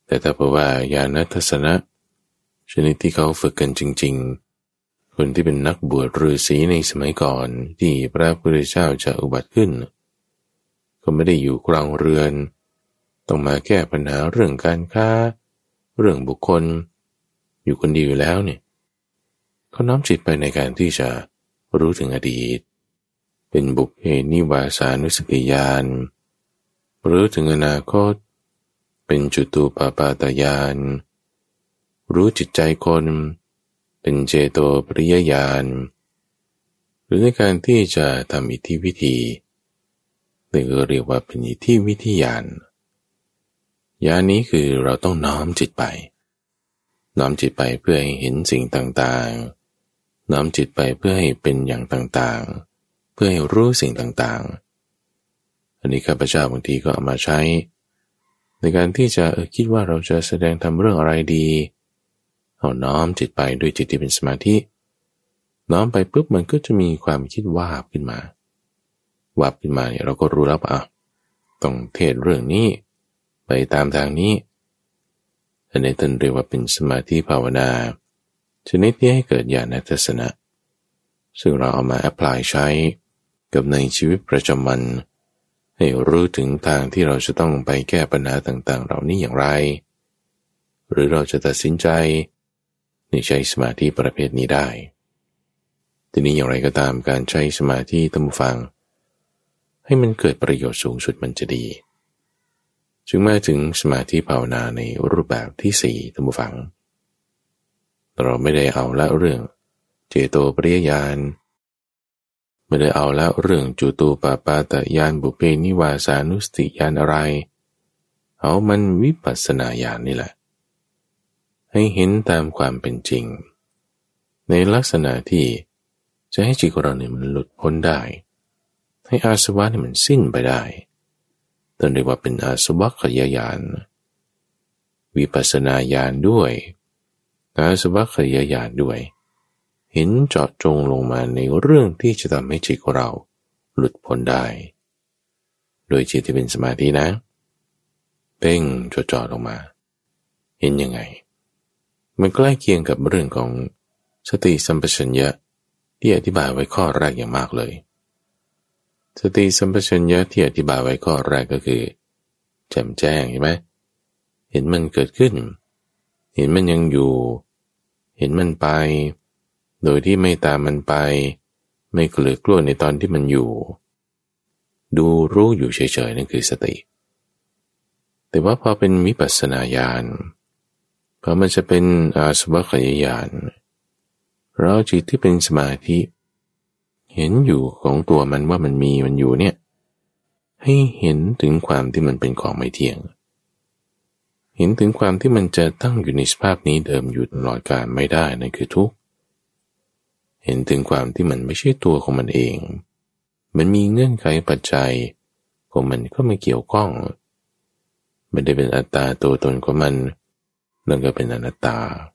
แต่ถ้าเพราะว่าญาณทัศนะชนิดที่เขาฝึกกันจริงๆคนที่เป็นนักบวชฤาษีในสมัยก่อนที่พระพุทธเจ้าจะอุบัติขึ้นก็ไม่ได้อยู่กลางเรือนต้องมาแก้ปัญหาเรื่องการค้าเรื่องบุคคลอยู่คนเดียวแล้วเนี่ยเขาน้อมจิตไปในการที่จะรู้ถึงอดีตเป็นบุพเพนิวาสานุสติญาณรู้ถึงอนาคตเป็นจุตูปปาตญาณรู้จิตใจคนเป็นเจโตปริยญาณหรือในการที่จะทำอิทธิวิธีหรือเรียกว่าเป็นอิทธิวิธีญาณญาณนี้คือเราต้องน้อมจิตไปน้อมจิตไปเพื่อให้เห็นสิ่งต่างๆน้อมจิตไปเพื่อให้เป็นอย่างต่างๆเพื่อให้รู้สิ่งต่างๆอันนี้ข้าพเจ้าบางทีก็เอามาใช้ในการที่จะเออคิดว่าเราจะแสดงทำเรื่องอะไรดีเอาน้อมจิตไปด้วยจิตที่เป็นสมาธิน้อมไปปุ๊บมันก็จะมีความคิดวาบขึ้นมาวาบขึ้นมาเนี่ยเราก็รู้แล้วว่าต้องเทศเรื่องนี้ไปตามทางนี้อันนี้ท่านเรียกว่าเป็นสมาธิภาวนาชนิดที่ให้เกิดญาณทัศนะซึ่งเราเอามาแอพพลายใช้กับในชีวิตประจำวันให้รู้ถึงทางที่เราจะต้องไปแก้ปัญหาต่างๆเหล่านี้อย่างไรหรือเราจะตัดสินใจในใช้สมาธิประเภทนี้ได้ทีนี้อย่างไรก็ตามการใช้สมาธิท่านผู้ฟังให้มันเกิดประโยชน์สูงสุดมันจะดีจึงมาถึงสมาธิภาวนาในรูปแบบที่สี่ท่านผู้ฟังเราไม่ได้เอาละเรื่องเจโตปริยญาณไม่ได้เอาละเรื่องจุตูปปาตญาณบุพเพนิวาสานุสติญาณอะไรเอามันวิปัสสนาญาณนี่แหละให้เห็นตามความเป็นจริงในลักษณะที่จะให้จิตของเราเนี่ยมันหลุดพ้นได้ให้อาสวะเนี่ยมันสิ้นไปได้ต้นเรียกว่าเป็นอาสวัคยญาณวิปัสสนาญาณด้วยอาสวัคยญาณด้วยเห็นเจาะจงลงมาในเรื่องที่จะทำให้จิตของเราหลุดพ้นได้โดยจิตที่เป็นสมาธินะเพ่งจ่อๆลงมาเห็นยังไงมันใกล้เคียงกับเรื่องของสติสัมปชัญญะที่อธิบายไว้ข้อแรกอย่างมากเลยสติสัมปชัญญะที่อธิบายไว้ข้อแรกก็คือแจ่มแจ้งเห็นไหมเห็นมันเกิดขึ้นเห็นมันยังอยู่เห็นมันไปโดยที่ไม่ตามมันไปไม่เกลือกลัวในตอนที่มันอยู่ดูรู้อยู่เฉยๆนั่นคือสติแต่ว่าพอเป็นวิปัสสนาญาณพอมันจะเป็นอาสวัคยญาณเราจิตที่เป็นสมาธิเห็นอยู่ของตัวมันว่ามันมีมันอยู่เนี่ยให้เห็นถึงความที่มันเป็นของไม่เที่ยงเห็นถึงความที่มันจะตั้งอยู่ในสภาพนี้เดิมอยู่ตลอดกาลไม่ได้นั่นคือทุกข์เห็นถึงความที่มันไม่ใช่ตัวของมันเองมันมีเงื่อนไขปัจจัยของมันเข้ามาเกี่ยวข้องไม่ได้เป็นอัตตาตัวตนของมันนั่นก็เป็นอนัตตา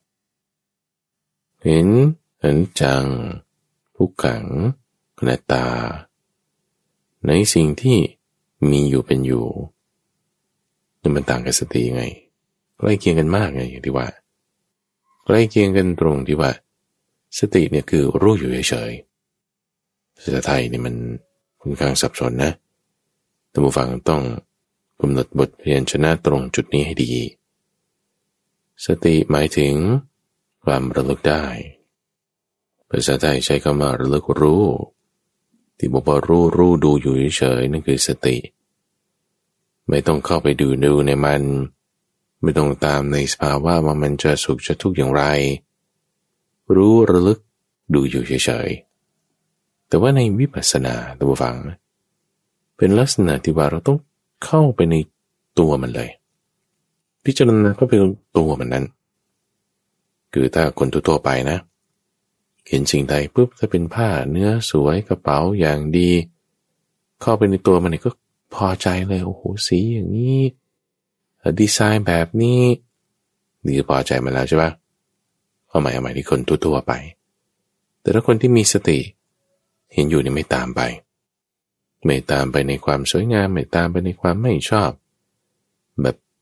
เห็นอนิจจังทุกขังอนัตตาในสิ่งที่มีอยู่เป็นอยู่นี่มันต่างกับสติไงใกล้เคียงกันมากไงอย่างที่ว่าใกล้เคียงกันตรงที่ว่าสติเนี่ยคือรู้อยู่เฉยๆภาษาไทยนี่มันค่อนข้างสับสนนะท่านผู้ฟังต้องกำหนดบทเรียนชนะตรงจุดนี้ให้ดีสติหมายถึงความระลึกได้ภาษาไทยใช้คำว่าระลึกรู้ที่บอกว่ารู้รู้ดูอยู่เฉยๆนั่นคือสติไม่ต้องเข้าไปดูดูในมันไม่ต้องตามในสภาวะว่ามันจะสุขจะทุกข์อย่างไรรู้ระลึกดูอยู่เฉยๆแต่ว่าในวิปัสสนาตัวฟังเป็นลักษณะที่ว่าเราต้องเข้าไปในตัวมันเลยพิจารณาเข้าไปในตัวมันนั้นคือถ้าคนทั่วไปนะเห็นสิ่งใดปุ๊บถ้าเป็นผ้าเนื้อสวยกระเป๋าอย่างดีเข้าไปในตัวมันนี่ก็พอใจเลยโอ้โหสีอย่างนี้ดีไซน์แบบนี้ดีพอใจมันแล้วใช่ปะเอาใหม่เอาใหม่ที่คนทั่วๆไปแต่ถ้าคนที่มีสติเห็นอยู่นี่ไม่ตามไปไม่ตามไปในความสวยงามไม่ตามไปในความไม่ชอบแบบ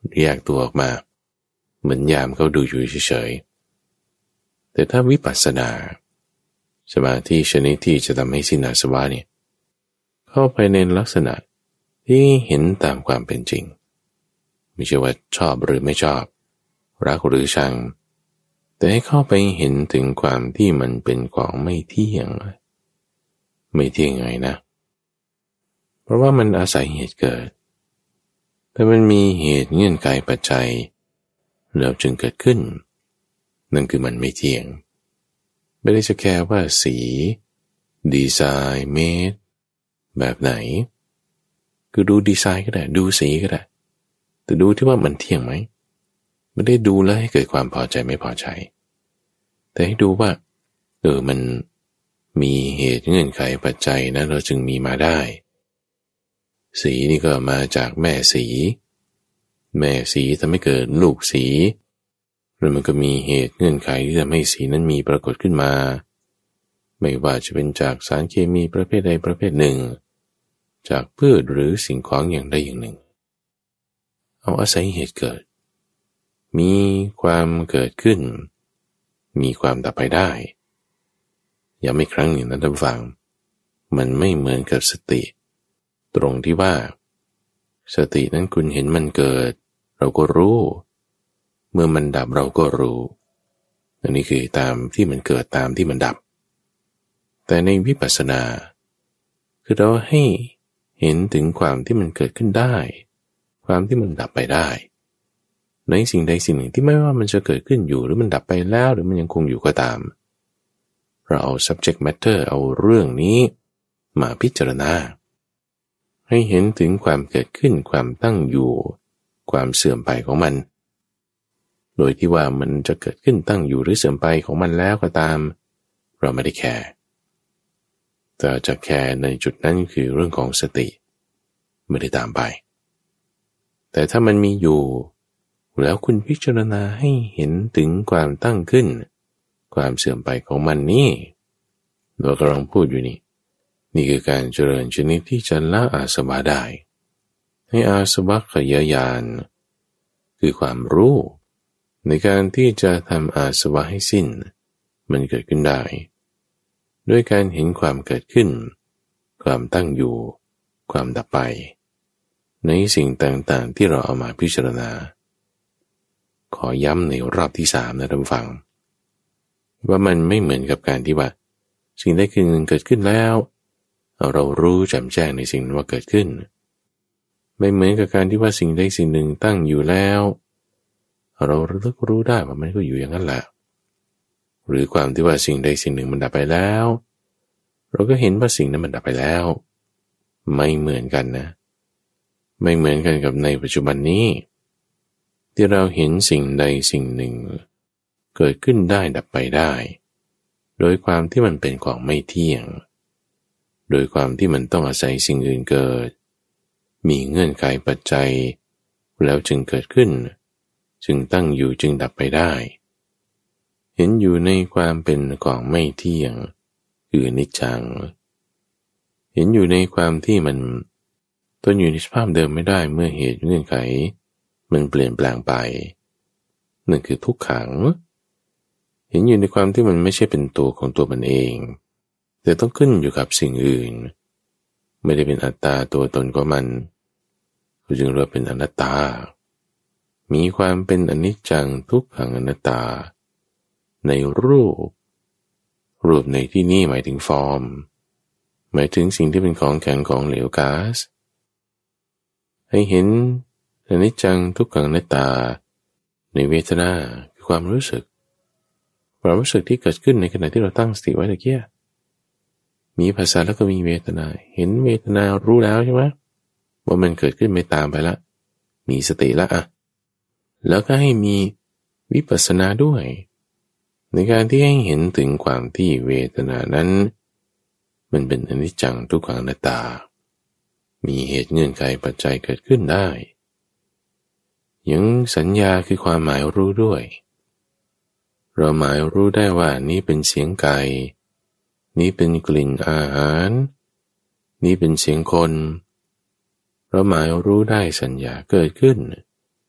แยกตัวออกมาเหมือนยามเขาดูอยู่เฉยๆแต่ถ้าวิปัสสนาสมาธิชนิดที่จะทำให้สิ้นอาสวะเนี่ยเข้าไปในลักษณะที่เห็นตามความเป็นจริงไม่ใช่ว่าชอบหรือไม่ชอบรักหรือชังแต่ให้เข้าไปเห็นถึงความที่มันเป็นของไม่เที่ยงไม่เที่ยงไงนะเพราะว่ามันอาศัยเหตุเกิดแต่มันมีเหตุเงื่อนไขปัจจัยแล้วจึงเกิดขึ้นนั่นคือมันไม่เที่ยงไม่ได้จะแค่ว่าสีดีไซน์เมดแบบไหนคือดูดีไซน์ก็ได้ดูสีก็ได้แต่ดูที่ว่ามันเที่ยงไหมไม่ได้ดูแล้วให้เกิดความพอใจไม่พอใจแต่ให้ดูว่าเออมันมีเหตุเงื่อนไขปัจจัยนะเราจึงมีมาได้สีนี่ก็มาจากแม่สีแม่สีทำให้เกิดลูกสีแล้วมันก็มีเหตุเงื่อนไขที่ทำให้สีนั้นมีปรากฏขึ้นมาไม่ว่าจะเป็นจากสารเคมีประเภทใดประเภทหนึ่งจากพืชหรือสิ่งของอย่างใดอย่างหนึ่งเอาอาศัยเหตุเกิดมีความเกิดขึ้นมีความดับไปได้ย้ำอีกครั้งหนึ่งนะท่านผู้ฟังมันไม่เหมือนกับสติตรงที่ว่าสตินั้นคุณเห็นมันเกิดเราก็รู้เมื่อมันดับเราก็รู้อันนี้คือตามที่มันเกิดตามที่มันดับแต่ในวิปัสสนาคือเราให้เห็นถึงความที่มันเกิดขึ้นได้ความที่มันดับไปได้ในสิ่งใดสิ่งหนึ่งที่ไม่ว่ามันจะเกิดขึ้นอยู่หรือมันดับไปแล้วหรือมันยังคงอยู่ก็ตามเราเอา subject matter เอาเรื่องนี้มาพิจารณาให้เห็นถึงความเกิดขึ้นความตั้งอยู่ความเสื่อมไปของมันโดยที่ว่ามันจะเกิดขึ้นตั้งอยู่หรือเสื่อมไปของมันแล้วก็ตามเราไม่ได้แคร์แต่จะแคร์ในจุดนั้นคือเรื่องของสติไม่ได้ตามไปแต่ถ้ามันมีอยู่แล้วคุณพิจารณาให้เห็นถึงความตั้งขึ้นความเสื่อมไปของมันนี่เรากำลังพูดอยู่นี่นี่คือการเจริญชนิดที่จะละอาสวะได้ให้อาสวะขยายานคือความรู้ในการที่จะทำอาสวะให้สิ้นมันเกิดขึ้นได้ด้วยการเห็นความเกิดขึ้นความตั้งอยู่ความดับไปในสิ่งต่างๆที่เราเอามาพิจารณาขอย้ำในรอบที่สามนะท่านผู้ฟังว่ามันไม่เหมือนกับการที่ว่าสิ่งใดคือเกิดขึ้นแล้วเรารู้แจ่มแจ้งในสิ่งนั้นว่าเกิดขึ้นไม่เหมือนกับการที่ว่าสิ่งใดสิ่งหนึ่งตั้งอยู่แล้วเราระลึกรู้ได้ว่ามันก็อยู่อย่างนั้นแหละหรือความที่ว่าสิ่งใดสิ่งหนึ่งมันดับไปแล้วเราก็เห็นว่าสิ่งนั้นมันดับไปแล้วไม่เหมือนกันนะไม่เหมือนกันกับในปัจจุบันนี้ที่เราเห็นสิ่งใดสิ่งหนึ่งเกิดขึ้นได้ดับไปได้โดยความที่มันเป็นของไม่เที่ยงโดยความที่มันต้องอาศัยสิ่งอื่นเกิดมีเงื่อนไขปัจจัยแล้วจึงเกิดขึ้นจึงตั้งอยู่จึงดับไปได้เห็นอยู่ในความเป็นของไม่เที่ยงคืออนิจจังเห็นอยู่ในความที่มันทนอยู่ในสภาพเดิมไม่ได้เมื่อเหตุเงื่อนไขมันเปลี่ยนแปลงไปนั่นคือทุกขังเห็นอยู่ในความที่มันไม่ใช่เป็นตัวของตัวมันเองแต่ต้องขึ้นอยู่กับสิ่งอื่นไม่ได้เป็นอัตตาตัวตนของมันจึงเรียกเป็นอนัตตามีความเป็นอนิจจังทุกขังอนัตตาในรูปรูปในที่นี้หมายถึงฟอร์มหมายถึงสิ่งที่เป็นของแข็งของเหลวก๊าซให้เห็นอนิจจังทุกขังอนัตตาในเวทนาคือความรู้สึกความรู้สึกที่เกิดขึ้นในขณะที่เราตั้งสติไว้ตะเกียมีภาษาแล้วก็มีเวทนาเห็นเวทนารู้แล้วใช่ไหมว่ามันเกิดขึ้นไม่ตามไปละมีสติละอ่ะแล้วก็ให้มีวิปัสสนาด้วยในการที่ให้เห็นถึงความที่เวทนานั้นมันเป็นอนิจจังทุกขังอนัตตามีเหตุเงื่อนไขปัจจัยเกิดขึ้นได้ยังสัญญาคือความหมายรู้ด้วยเราหมายรู้ได้ว่านี้เป็นเสียงไก่นี้เป็นกลิ่นอาหารนี้เป็นเสียงคนเราหมายรู้ได้สัญญาเกิดขึ้น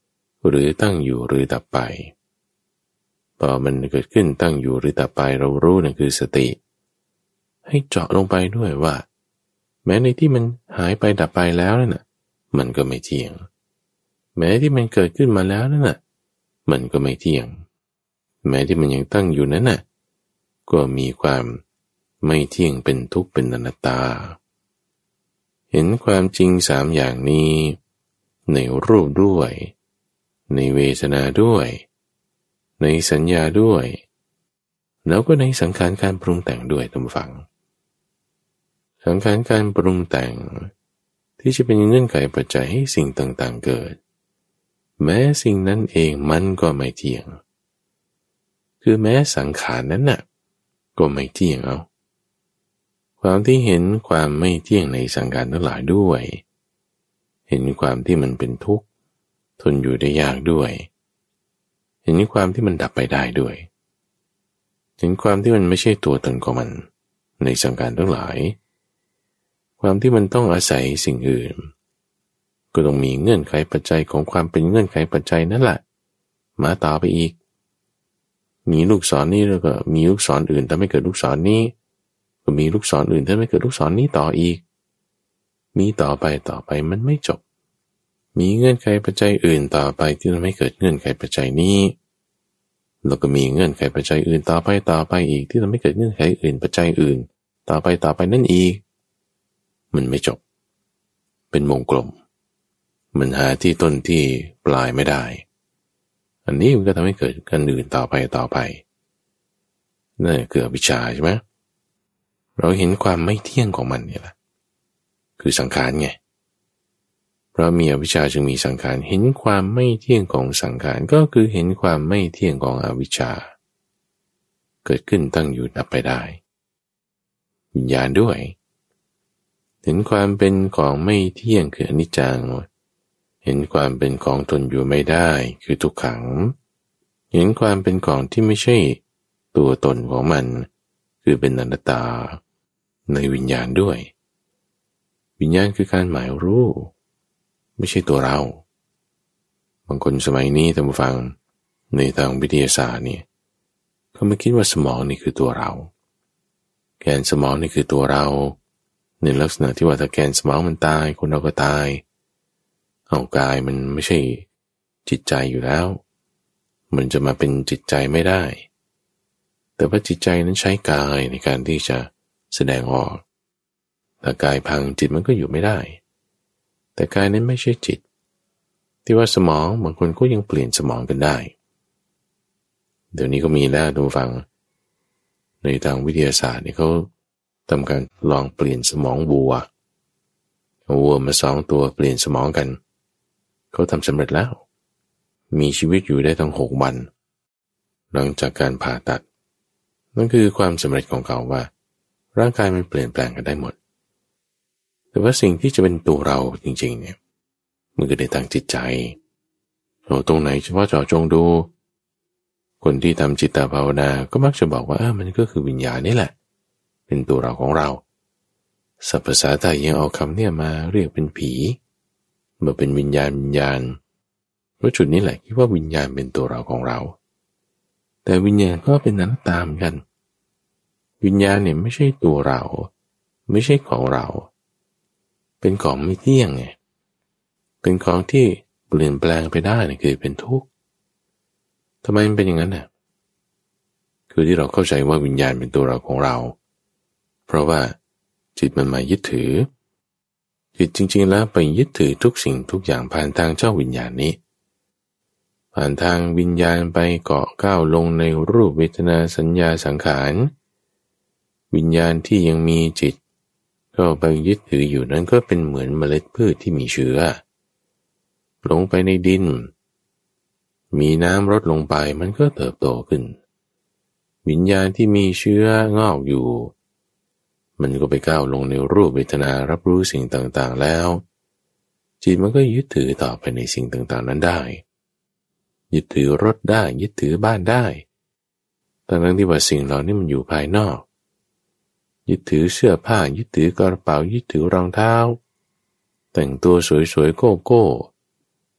หรือตั้งอยู่หรือดับไปพอมันเกิดขึ้นตั้งอยู่หรือดับไปเรารู้นั่นคือสติให้เจาะลงไปด้วยว่าแม้ในที่มันหายไปดับไปแล้วนั่นน่ะมันก็ไม่เที่ยงแม้ที่มันเกิดขึ้นมาแล้วนั่นน่ะมันก็ไม่เที่ยงแม้ที่มันยังตั้งอยู่นั้นน่ะก็มีความไม่เที่ยงเป็นทุกข์เป็นอนัตตาเห็นความจริงสามอย่างนี้ในรูปด้วยในเวทนาด้วยในสัญญาด้วยแล้วก็ในสังขารการปรุงแต่งด้วยท่านผู้ฟังสังขารการปรุงแต่งที่จะเป็นเงื่อนไขปัจจัยให้สิ่งต่างๆเกิดแม้สิ่งนั้นเองมันก็ไม่เที่ยงคือแม้สังขารนั้นน่ะก็ไม่เที่ยงเอาความที่เห็นความไม่เที่ยงในสังขารทั้งหลายด้วยเห็นความที่มันเป็นทุกข์ทนอยู่ได้ยากด้วยเห็นความที่มันดับไปได้ด้วยเห็นความที่มันไม่ใช่ตัวตนของมันในสังขารทั้งหลายความที่มันต้องอาศัยสิ่งอื่นก็ต้องมีเงื่อนไขปัจจัยของความเป็นเงื่อนไขปัจจัยนั่นแหละมาต่อไปอีกมีลูกศรนี้แล้วก็มีลูกศรอื่นแต่ไม่เกิดลูกศรนี้ก็มีลูกศรอื่นถ้าไม่เกิดลูกศรนี้ต่ออีกมีต่อไปต่อไปมันไม่จบมีเงื่อนไขปัจจัยอื่นต่อไปที่ทำให้เกิดเงื่อนไขปัจจัยนี้แล้วก็มีเงื่อนไขปัจจัยอื่นต่อไปต่อไปอีกที่ทำให้เกิดเงื่อนไขอื่นปัจจัยอื่นต่อไปต่อไปนั่นอีกมันไม่จบเป็นวงกลมมันหาที่ต้นที่ปลายไม่ได้อันนี้มันก็ทำให้เกิดกันอื่นต่อไปต่อไปนั่นคืออวิชชาใช่ไหมเราเห็นความไม่เที่ยงของมันนี่แหละคือสังขารไงเพราะมีอวิชชาจึงมีสังขารเห็นความไม่เที่ยงของสังขารก็คือเห็นความไม่เที่ยงของอวิชชาเกิดขึ้นตั้งอยู่ดับไปได้วิญญาณด้วยเห็นความเป็นของไม่เที่ยงคืออนิจจังเห็นความเป็นของทนอยู่ไม่ได้คือทุกขังเห็นความเป็นของที่ไม่ใช่ตัวตนของมันคือเป็นอนัตตาในวิญญาณด้วยวิญญาณคือการหมายรู้ไม่ใช่ตัวเราบางคนสมัยนี้ท่านผู้ฟังในทางวิทยาศาสตร์เนี่ยเขาไม่คิดว่าสมองนี่คือตัวเราแกนสมองนี่คือตัวเราในลักษณะที่ว่าถ้าแกนสมองมันตายคนเราก็ตายเอากายมันไม่ใช่จิตใจอยู่แล้วมันจะมาเป็นจิตใจไม่ได้แต่ว่าจิตใจนั้นใช้กายในการที่จะแสดงออกถ้ากายพังจิตมันก็อยู่ไม่ได้แต่กายนั้นไม่ใช่จิตที่ว่าสมองบางคนก็ยังเปลี่ยนสมองกันได้เดี๋ยวนี้ก็มีแล้วดูฟังในทางวิทยาศาสตร์เนี่ยเขาทำการลองเปลี่ยนสมองวัวเอาวัวมาสองตัวเปลี่ยนสมองกันเขาทำสำเร็จแล้วมีชีวิตอยู่ได้ทั้งหกวันหลังจากการผ่าตัดนั่นคือความสำเร็จของเขาว่าร่างกายมันเปลี่ยนแปลงกันได้หมดแต่ว่าสิ่งที่จะเป็นตัวเราจริงๆเนี่ยมันก็ได้ทางจิตใจเราตรงไหนเฉพาะเจาะจงดูคนที่ทำจิตตภาวนาก็มักจะบอกว่ามันก็คือวิญญาณนี่แหละเป็นตัวเราของเราศัพท์ภาษาไทยยังเอาคำเนี่ยมาเรียกเป็นผีเมื่อเป็นวิญญาณวิญญาณเพราะจุดนี้แหละคิดว่าวิญญาณเป็นตัวเราของเราแต่วิญญาณก็เป็นอนัตตาเหมือนกันวิญญาณเนี่ยไม่ใช่ตัวเราไม่ใช่ของเราเป็นของไม่เที่ยงไงเป็นของที่เปลี่ยนแปลงไปได้นี่คือเป็นทุกข์ทำไมมันเป็นอย่างนั้นน่ะคือที่เราเข้าใจว่าวิญญาณเป็นตัวเราของเราเพราะว่าจิตมันมายึดถือจิตจริงๆแล้วไปยึดถือทุกสิ่งทุกอย่างผ่านทางเจ้าวิญญาณนี้ผ่านทางวิญญาณไปเกาะก้าวลงในรูปเวทนาสัญญาสังขารวิญญาณที่ยังมีจิตก็ไปยึดถืออยู่นั้นก็เป็นเหมือนเมล็ดพืชที่มีเชื้อลงไปในดินมีน้ำรดลงไปมันก็เติบโตขึ้นวิญญาณที่มีเชื้องอกอยู่มันก็ไปก้าวลงในรูปเวทนารับรู้สิ่งต่างๆแล้วจิตมันก็ยึดถือต่อไปในสิ่งต่างๆนั้นได้ยึดถือรถได้ยึดถือบ้านได้ทั้งที่ว่าสิ่งเหล่านี้มันอยู่ภายนอกยึดถือเสื้อผ้ายึดถือกระเป๋ายึดถือรองเท้าแต่งตัวสวยๆโก้โก้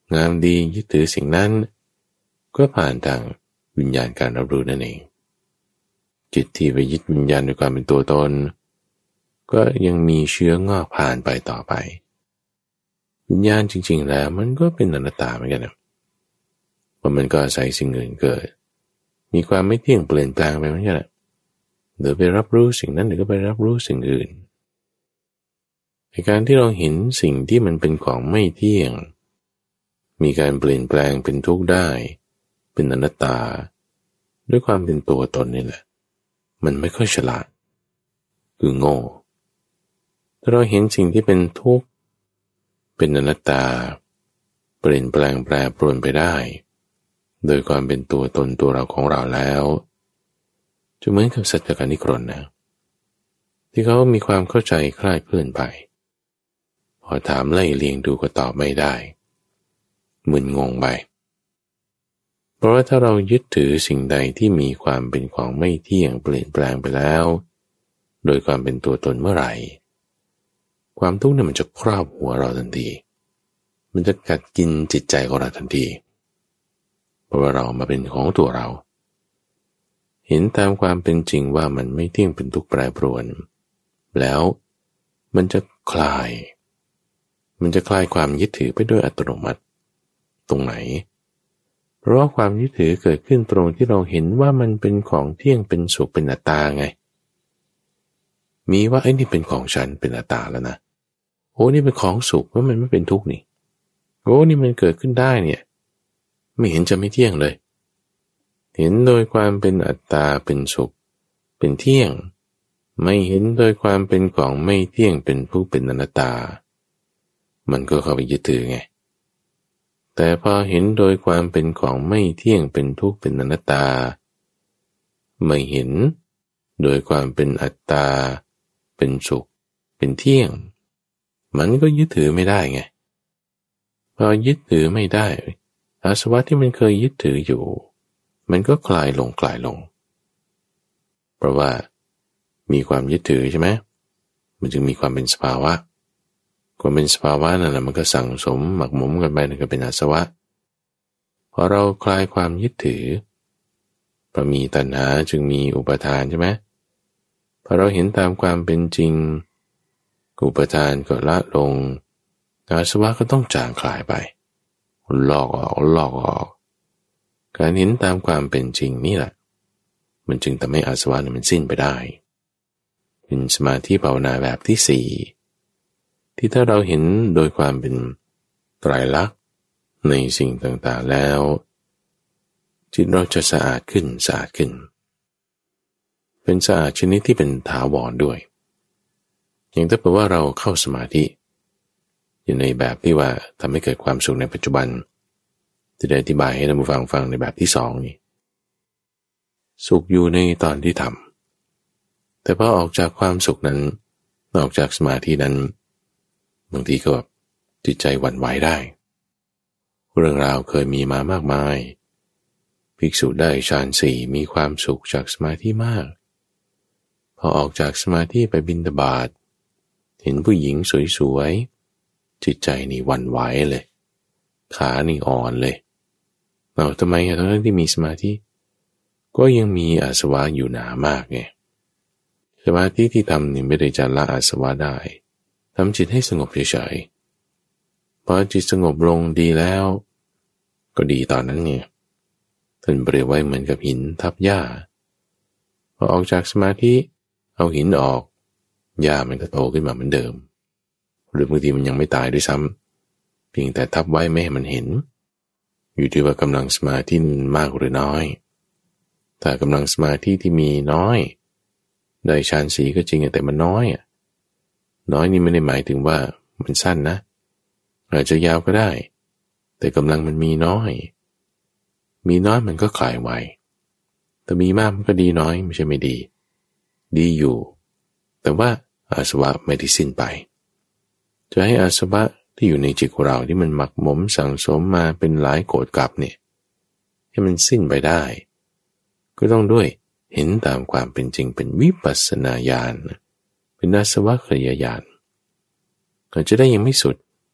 งามดียึดถือสิ่งนั้นก็ผ่านทางวิญญาณการรับรู้นั่นเองจิตที่ไปยึดวิญญาณด้วยความเป็นตัวตนก็ยังมีเชื้องอกผ่านไปต่อไปวิญญาณจริงๆแล้วมันก็เป็นอนัตตาเหมือนกันนะเพราะมันก็อาศัยสิ่งอื่นเกิดมีความไม่เที่ยงเปลี่ยนแปลงไปเหมือนกันนะเดี๋ยวไปรับรู้สิ่งนั้นเดี๋ยวก็ไปรับรู้สิ่งอื่นในการที่เราเห็นสิ่งที่มันเป็นของไม่เที่ยงมีการเปลี่ยนแปลงเป็นทุกข์ได้เป็นอนัตตาด้วยความเป็นตัวตนนี่แหละมันไม่ค่อยฉลาดคือโง่ถ้าเราเห็นสิ่งที่เป็นทุกข์เป็นอนัตตาเปลี่ยนแปลงแปรปรวนไปได้โดยความเป็นตัวตนตัวเราของเราแล้วจะเหมือนกับสัจจการนิครนนะที่เขามีความเข้าใจคลาดเคลื่อนไปพอถามไล่เลียงดูก็ตอบไม่ได้มึนงงไปเพราะว่าถ้าเรายึดถือสิ่งใดที่มีความเป็นของไม่เที่ยงเปลี่ยนแปลงไปแล้วโดยความเป็นตัวตนเมื่อไหร่ความทุกข์เนี่ยมันจะครอบหัวเราทันทีมันจะกัดกินจิตใจของเราทันทีเพราะว่าเรามาเป็นของตัวเราเห็นตามความเป็นจริงว่ามันไม่เที่ยงเป็นทุกข์แปรปรวนแล้วมันจะคลายมันจะคลายความยึดถือไปด้วยอัตโนมัติตรงไหนเพราะว่าความยึดถือเกิดขึ้นตรงที่เราเห็นว่ามันเป็นของเที่ยงเป็นสุขเป็นอัตตาไงมีว่าไอ้นี่เป็นของฉันเป็นอัตตาแล้วนะโอ้นี่เป็นของสุขว่ามันไม่เป็นทุกข์นี่โอ้นี่มันเกิดขึ้นได้เนี่ยไม่เห็นจะไม่เที่ยงเลยเห็นโดยความเป็นอัตตาเป็นสุขเป็นเที่ยงไม่เห็นโดยความเป็นของไม่เที่ยงเป็นทุกข์เป็นอนัตตามันก็เข้าไปยึดถือไงแต่พอเห็นโดยความเป็นของไม่เที่ยงเป็นทุกข์เป็นอนัตตาไม่เห็นโดยความเป็นอัตตาเป็นสุขเป็นเที่ยงมันก็ยึดถือไม่ได้ไงพอยึดถือไม่ได้อาสวะที่มันเคยยึดถืออยู่มันก็คลายลงคลายลงเพราะว่ามีความยึดถือใช่ไหมมันจึงมีความเป็นสภาวะความเป็นสภาวะนั่นแหละมันก็สั่งสมหมักหมมกันไปนั่นก็เป็นอาสวะพอเราคลายความยึดถือพอมีตัณหาจึงมีอุปาทานใช่ไหมพอเราเห็นตามความเป็นจริงอุปาทานก็ละลงอาสวะก็ต้องจางคลายไปลอกออกลอกออกการเห็นตามความเป็นจริงนี่แหละมันจึงทำให้อาสวะมันสิ้นไปได้เป็นสมาธิภาวนาแบบที่สี่ที่ถ้าเราเห็นโดยความเป็นไตรลักษณ์ในสิ่งต่างๆแล้วจิตเราจะสะอาดขึ้นสะอาดขึ้นเป็นสะอาดชนิดที่เป็นถาวรด้วยอย่างถ้าเผื่อว่าเราเข้าสมาธิอยู่ในแบบที่ว่าทำให้เกิดความสุขในปัจจุบันจะได้อธิบายให้ท่านผู้ฟังฟังในแบบที่สองนี่สุขอยู่ในตอนที่ทำแต่พอออกจากความสุขนั้นออกจากสมาธินั้นบางทีก็แบบจิตใจหวั่นไหวได้เรื่องราวเคยมีมามากมายภิกษุได้ฌานสี่มีความสุขจากสมาธิมากพอออกจากสมาธิไปบิณฑบาตเห็นผู้หญิงสวยๆจิตใจนี่หวั่นไหวเลยขานี่อ่อนเลยเอาทำไมอะทั้งที่มีสมาธิก็ยังมีอาสวะอยู่หนามากไงสมาธิที่ทำนี่ไม่ได้จะละอาสวะได้ทำจิตให้สงบเฉยๆพอจิตสงบลงดีแล้วก็ดีตอนนั้นเนี่ยท่านเปรียบไว้เหมือนกับหินทับหญ้าพอออกจากสมาธิเอาหินออกหญ้ามันก็โตขึ้นมาเหมือนเดิมหรือบางทีมันยังไม่ตายด้วยซ้ำเพียงแต่ทับไว้ไม่ให้มันเห็นอยู่ที่ว่ากำลังสมาธิมากหรือน้อยถ้ากำลังสมาธิที่มีน้อยได้ฌานสีก็จริงแต่มันน้อยอ่ะน้อยนี่ไม่ได้หมายถึงว่ามันสั้นนะอาจจะยาวก็ได้แต่กำลังมันมีน้อยมีน้อยมันก็คลายไวแต่มีมากมันก็ดีน้อยไม่ใช่ไม่ดีดีอยู่แต่ว่าอาสวะไม่ได้สิ้นไปจะให้อาสวะที่อยู่ในจิตของเราที่มันหมักหมมสั่งสมมาเป็นหลายโกรธกลับเนี่ยให้มันสิ้นไปได้ก็ต้องด้วยเห็นตามความเป็นจริงเป็นวิปัสสนาญาณเป็นอาสวะขยายญาณก็จะได้ยังไม่สุด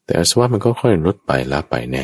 แต่อาสวะมันก็ค่อยลดไปละไปแน่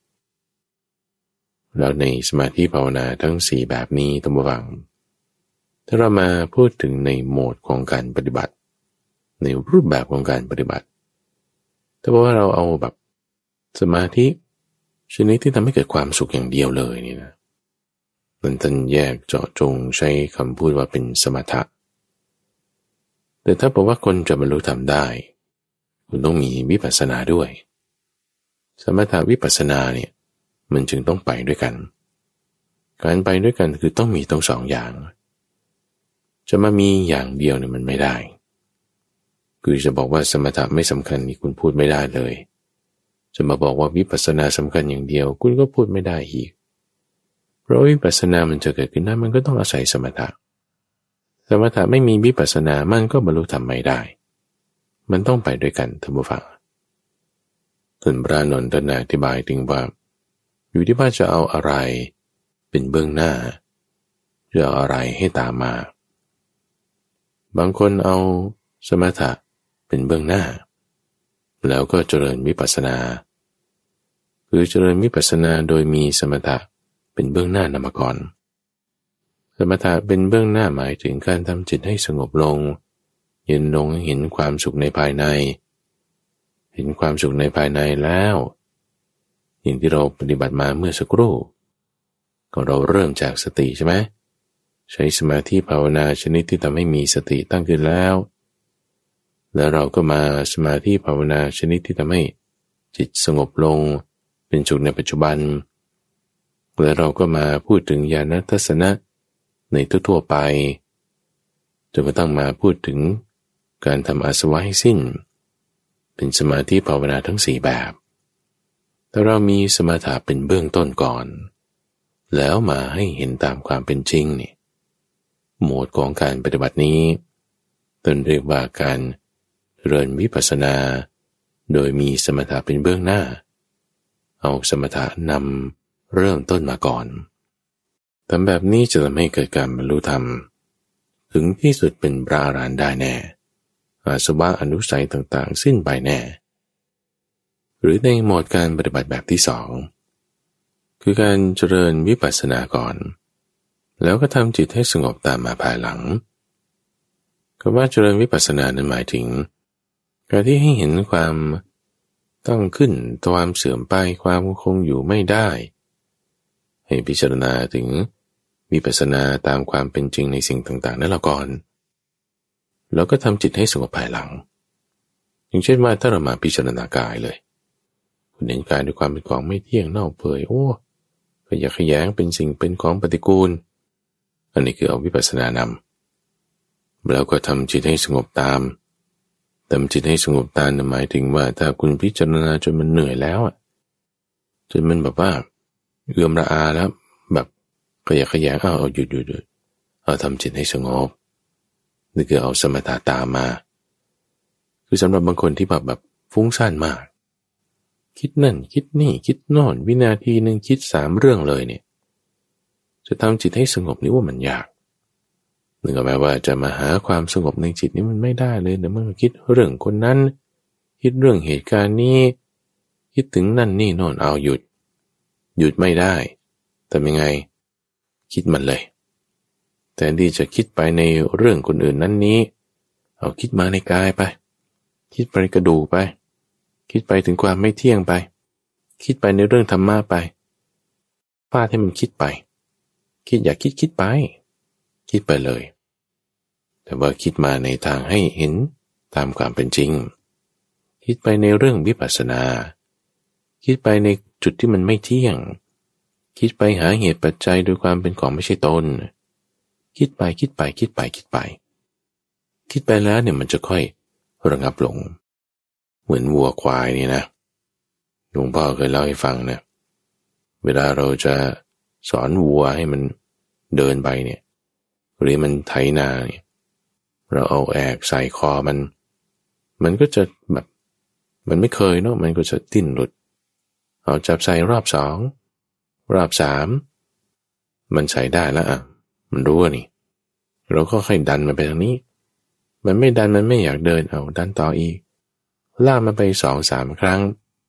แล้วในสมาธิภาวนาทั้งสี่แบบนี้ตั้งวังถ้าเรามาพูดถึงในโหมดของการปฏิบัติในรูปแบบของการปฏิบัติถ้าว่าเราเอาแบบสมาธิชนิดที่ทำให้เกิดความสุขอย่างเดียวเลยนี่นะมันท่านแยกเจาะจงใช้คำพูดว่าเป็นสมถะแต่ถ้าบอกว่าคนจะบรรลุธรรมได้คุณต้องมีวิปัสสนาด้วยสมถะวิปัสสนาเนี่ยมันจึงต้องไปด้วยกันการไปด้วยกันคือต้องมีทั้งสองอย่างจะมามีอย่างเดียวเนี่ยมันไม่ได้คือจะบอกว่าสมถะไม่สำคัญนี่คุณพูดไม่ได้เลยจะมาบอกว่าวิปัสสนาสำคัญอย่างเดียวคุณก็พูดไม่ได้อีกเพราะวิปัสสนามันจะเกิดขึ้นได้มันก็ต้องอาศัยสมถะสมถะไม่มีวิปัสสนามันก็บรรลุธรรมไม่ได้มันต้องไปด้วยกันท่านผู้ฟังท่านพระนนท์อธิบายถึงว่าอยู่ที่ว่าจะเอาอะไรเป็นเบื้องหน้าจะเอาอะไรให้ตามมาบางคนเอาสมถะเป็นเบื้องหน้าแล้วก็เจริญวิปัสสนาคือเจริญวิปัสสนาโดยมีสมถะเป็นเบื้องหน้านำมาก่อนสมถะเป็นเบื้องหน้าหมายถึงการทำจิตให้สงบลงเย็นลงเห็นความสุขในภายในเห็นความสุขในภายในแล้วอย่างที่เราปฏิบัติมาเมื่อสักครู่ก็เราเริ่มจากสติใช่ไหมใช้สมาธิภาวนาชนิดที่ทำให้มีสติตั้งขึ้นแล้วแล้วเราก็มาสมาธิภาวนาชนิดที่ทำให้จิตสงบลงเป็นสุขในปัจจุบันแล้วเราก็มาพูดถึงญาณทัศนะในทั่วๆไปจนกระทั่งมาพูดถึงการทำอาสวะให้สิ้นเป็นสมาธิภาวนาทั้งสี่แบบแต่เรามีสมถะเป็นเบื้องต้นก่อนแล้วมาให้เห็นตามความเป็นจริงนี่โหมดของการปฏิบัตินี้ต้นเรียกว่าการเจริญวิปัสสนาโดยมีสมถะเป็นเบื้องหน้าเอาสมถะนำเริ่มต้นมาก่อนทำแบบนี้จะทำให้เกิดการบรรลุธรรมถึงที่สุดเป็นพระอรหันต์ได้แน่อาสวะอนุสัยต่างๆสิ้นไปแน่หรือในโหมดการปฏิบัติแบบที่สองคือการเจริญวิปัสสนาก่อนแล้วก็ทำจิตให้สงบตามมาภายหลังคำว่าเจริญวิปัสสนานั้นหมายถึงการที่ให้เห็นความตั้งขึ้นความเสื่อมไปความคงอยู่ไม่ได้ให้พิจารณาถึงวิปัสสนาตามความเป็นจริงในสิ่งต่างๆนั่นละก่อนแล้วก็ทำจิตให้สงบภายหลังอย่างเช่นว่าถ้าเรามาพิจารณากายเลยคุณเห็นกายด้วยความเป็นของไม่เที่ยงเน่าเปื่อยโอ้ขยะแขยงเป็นสิ่งเป็นของปฏิกูลอันนี้คือเอาวิปัสสนานำแล้วก็ทำจิตให้สงบตามทำจิตให้สงบตามหมายถึงว่าถ้าคุณพิจารณาจนมันเหนื่อยแล้วอ่ะจนมันแบบว่าเอื่อมระอาแล้วแบบขยะแขยงเอาเอาหยุดหยุดหยุดเอาทำจิตให้สงบนี่คือเอาสมถะตามมาคือสำหรับบางคนที่แบบแบบฟุ้งซ่านมากคิดนั่นคิดนี่คิดโน่นวินาทีหนึ่งคิดสามเรื่องเลยเนี่ยจะทำจิตให้สงบนี่ว่ามันยากนึกออกไหมว่าจะมาหาความสงบในจิตนี้มันไม่ได้เลยแต่เมื่อคิดเรื่องคนนั้นคิดเรื่องเหตุการณ์นี้คิดถึงนั่นนี่โน่นเอาหยุดหยุดไม่ได้แต่ยังไงคิดมันเลยแต่ที่จะคิดไปในเรื่องคนอื่นนั้นนี้เอาคิดมาในกายไปคิดไปกระดูกไปคิดไปถึงความไม่เที่ยงไปคิดไปในเรื่องธรรมะไปฟาดให้มันคิดไปคิดอยากคิดคิดไปคิดไปเลยแต่ว่าคิดมาในทางให้เห็นตามความเป็นจริงคิดไปในเรื่องวิปัสสนาคิดไปในจุดที่มันไม่เที่ยงคิดไปหาเหตุปัจจัยโดยความเป็นของไม่ใช่ตนคิดไปคิดไปคิดไปคิดไปคิดไปแล้วเนี่ยมันจะค่อยระงับลงเหมือนวัวควายนี่นะหลวงพ่อเคยเล่าให้ฟังเนี่ยเวลาเราจะสอนวัวให้มันเดินไปเนี่ยหรือมันไถนาเนี่ยเราเอาแอกใส่คอมันมันก็จะแบบมันไม่เคยเนาะมันก็จะดิ้นหลุดเอาจับใส่รอบสองรอบสามมันใส่ได้แล้วอ่ะมันรู้ว่านี่เราก็ค่อยดันมันไปทางนี้มันไม่ดันมันไม่อยากเดินเอาดันต่ออีกลากมันไปสองสามครั้ง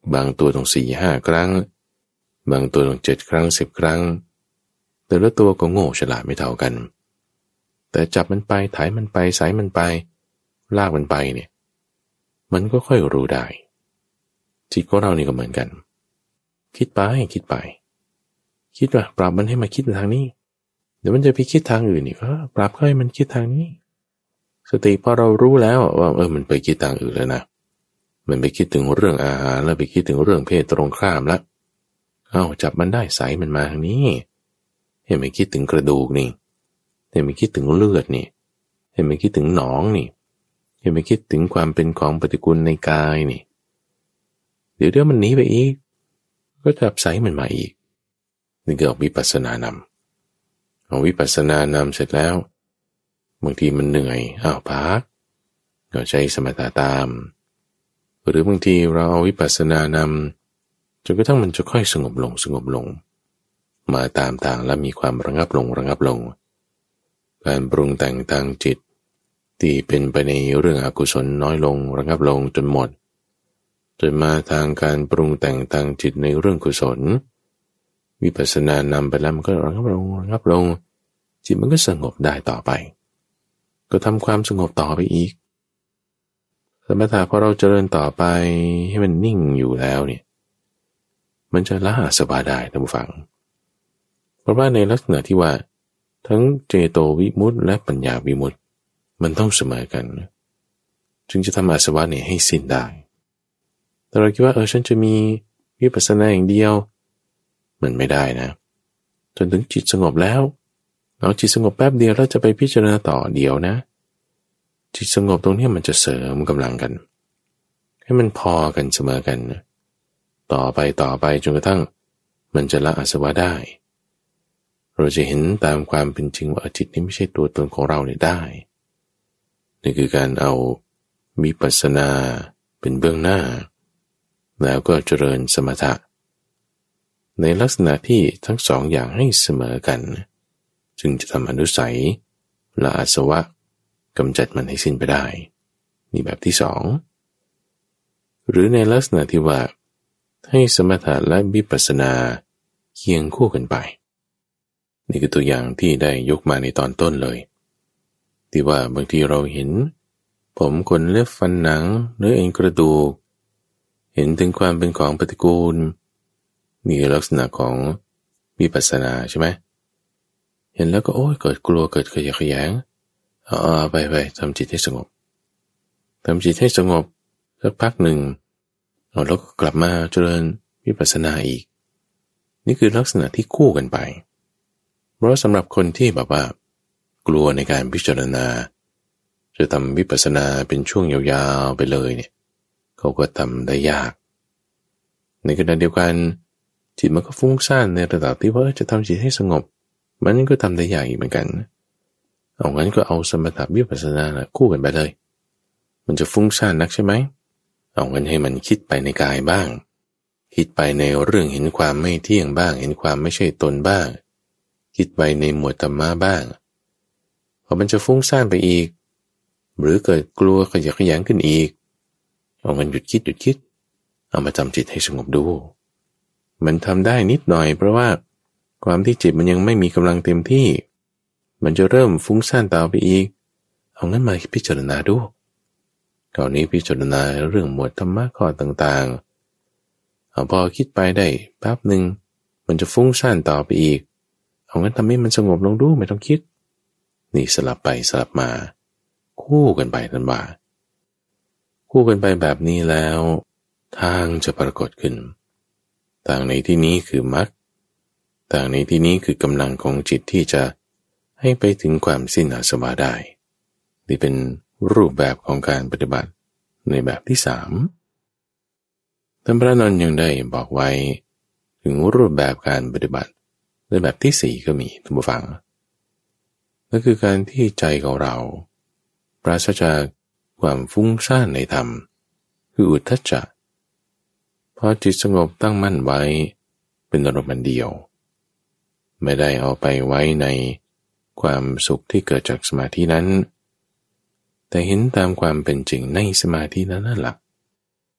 บางตัวต้องสี่ห้าครั้งบางตัวต้องเจ็ดครั้งสิบครั้งแต่ละตัวก็โง่ฉลาดไม่เท่ากันแต่จับมันไปถ่ายมันไปสายมันไปลากมันไปเนี่ยมันก็ค่อยรู้ได้จิตของเรานี่ก็เหมือนกันคิดไปคิดไปคิดว่าปรับมันให้มาคิดทางนี้เดี๋ยวมันจะไปคิดทางอื่นอีกก็ปรับให้มันคิดทางนี้สติพอเรารู้แล้วว่าเออมันไปคิดทางอื่นแล้วนะมันไปคิดถึงเรื่องอาหารแล้วไปคิดถึงเรื่องเพศตรงข้ามแล้วเอ้าจับมันได้ใส่มันมาทางนี้ให้มันคิดถึงกระดูกนี่ให้มันคิดถึงเลือดนี่ให้มันคิดถึงหนองนี่ให้มันคิดถึงความเป็นของปฏิกูลในกายนี่เดี๋ยวเดี๋ยวมันหนีไปอีกก็จับใส่มันมาอีกนี่ก็วิปัสสนานำเอาวิปัสสนานำเสร็จแล้วบางทีมันเหนื่อยอ้าวพักก็ใช้สมถะตามหรือบางทีเราเอาวิปัสสนานำจนกระทั่งมันจะค่อยสงบลงสงบลงมาตามทางและมีความระงับลงระงับลงการปรุงแต่งทางจิตที่เป็นไปในเรื่องอกุศลน้อยลงระงับลงจนหมดจนมาทางการปรุงแต่งทางจิตในเรื่องกุศลวิปัสสนานำไปแล้วมันก็ระงับลงระงับลงจิตมันก็สงบได้ต่อไปก็ทำความสงบต่อไปอีกสมถะพอเราเจริญต่อไปให้มันนิ่งอยู่แล้วเนี่ยมันจะละอาสวะได้ท่านผู้ฟังเพราะว่าในลักษณะที่ว่าทั้งเจโตวิมุตติและปัญญาวิมุตติมันต้องเสมอกันจึงจะทำอาสวะเนี่ยให้สิ้นได้แต่เราคิดว่าเออฉันจะมีวิปัสสนาอย่างเดียวมันไม่ได้นะจนถึงจิตสงบแล้วเอาจิตสงบแป๊บเดียวแล้วจะไปพิจารณาต่อเดียวนะจิตสงบตรงนี้มันจะเสริมกำลังกันให้มันพอกันเสมอกันต่อไปต่อไปจนกระทั่งมันจะละอาสวะได้เราจะเห็นตามความเป็นจริงว่าจิตนี้ไม่ใช่ตัวตนของเราเนี่ยได้นี่คือการเอาวิปัสสนาเป็นเบื้องหน้าแล้วก็เจริญสมถะในลักษณะที่ทั้งสองอย่างให้เสมอกันจึงจะทำอนุสัยละอาสวะกำจัดมันให้สิ้นไปได้นี่แบบที่สองหรือในลักษณะที่ว่าให้สมถะและวิปัสสนาเคียงคู่กันไปนี่คือตัวอย่างที่ได้ยกมาในตอนต้นเลยที่ว่าบางทีเราเห็นผมขนเล็บฟันหนังเนื้อเอ็นกระดูกเห็นถึงความเป็นของปฏิกูลนี่คือลักษณะของวิปัสสนาใช่ไหมเห็นแล้วก็โอ้ยเกิดกลัวเกิดขยะแขยงเอาไปไปทำจิตให้สงบทำจิตให้สงบสักพักหนึ่งเอาแล้วก็กลับมาเจริญวิปัสสนาอีกนี่คือลักษณะที่คู่กันไปเพราะสำหรับคนที่แบบว่ากลัวในการพิจารณาจะทำวิปัสสนาเป็นช่วงยาวๆไปเลยเนี่ยเขาก็ทำได้ยากในขณะเดียวกันจิตมันก็ฟุ้งซ่านในระดับที่ว่าจะทำจิตให้สงบมันก็ทำได้ยากอีกเหมือนกันเอางั้นก็เอาสมถะวิปัสสนาคู่กันไปเลยมันจะฟุ้งซ่านนักใช่ไหมเอางั้นให้มันคิดไปในกายบ้างคิดไปในเรื่องเห็นความไม่เที่ยงบ้างเห็นความไม่ใช่ตนบ้างคิดไปในหมวดธรรมะบ้างพอมันจะฟุ้งซ่านไปอีกหรือเกิดกลัวขยะแขยงขึ้นอีกเอางั้นหยุดคิดหยุดคิดเอามาทำจิตให้สงบดูมันทำได้นิดหน่อยเพราะว่าความที่จิตมันยังไม่มีกำลังเต็มที่มันจะเริ่มฟุ้งซ่านต่อไปอีกเอางั้นมาพิจารณาดูคราวนี้พิจารณาเรื่องหมวดธรรมะข้อต่างๆเอาพอคิดไปได้แป๊บหนึ่งมันจะฟุ้งซ่านต่อไปอีกเอางั้นทำให้มันสงบลงดูไม่ต้องคิดนี่สลับไปสลับมาคู่กันไปทันว่าคู่กันไปแบบนี้แล้วทางจะปรากฏขึ้นทางในที่นี้คือมรรคทางในที่นี้คือกำลังของจิตที่จะให้ไปถึงความสิ้นอาสวะได้นี่เป็นรูปแบบของการปฏิบัติในแบบที่สามท่านพระนนท์ยังได้บอกไว้ถึงรูปแบบการปฏิบัติในแบบที่สี่ก็มีท่านผู้ฟังนั่นคือการที่ใจของเราปราศจากความฟุ้งซ่านในธรรมคืออุทธัจจะพอจิตสงบตั้งมั่นไว้เป็นอารมณ์เดียวไม่ได้เอาไปไว้ในความสุขที่เกิดจากสมาธินั้นแต่เห็นตามความเป็นจริงในสมาธินั้นนั่นแหละ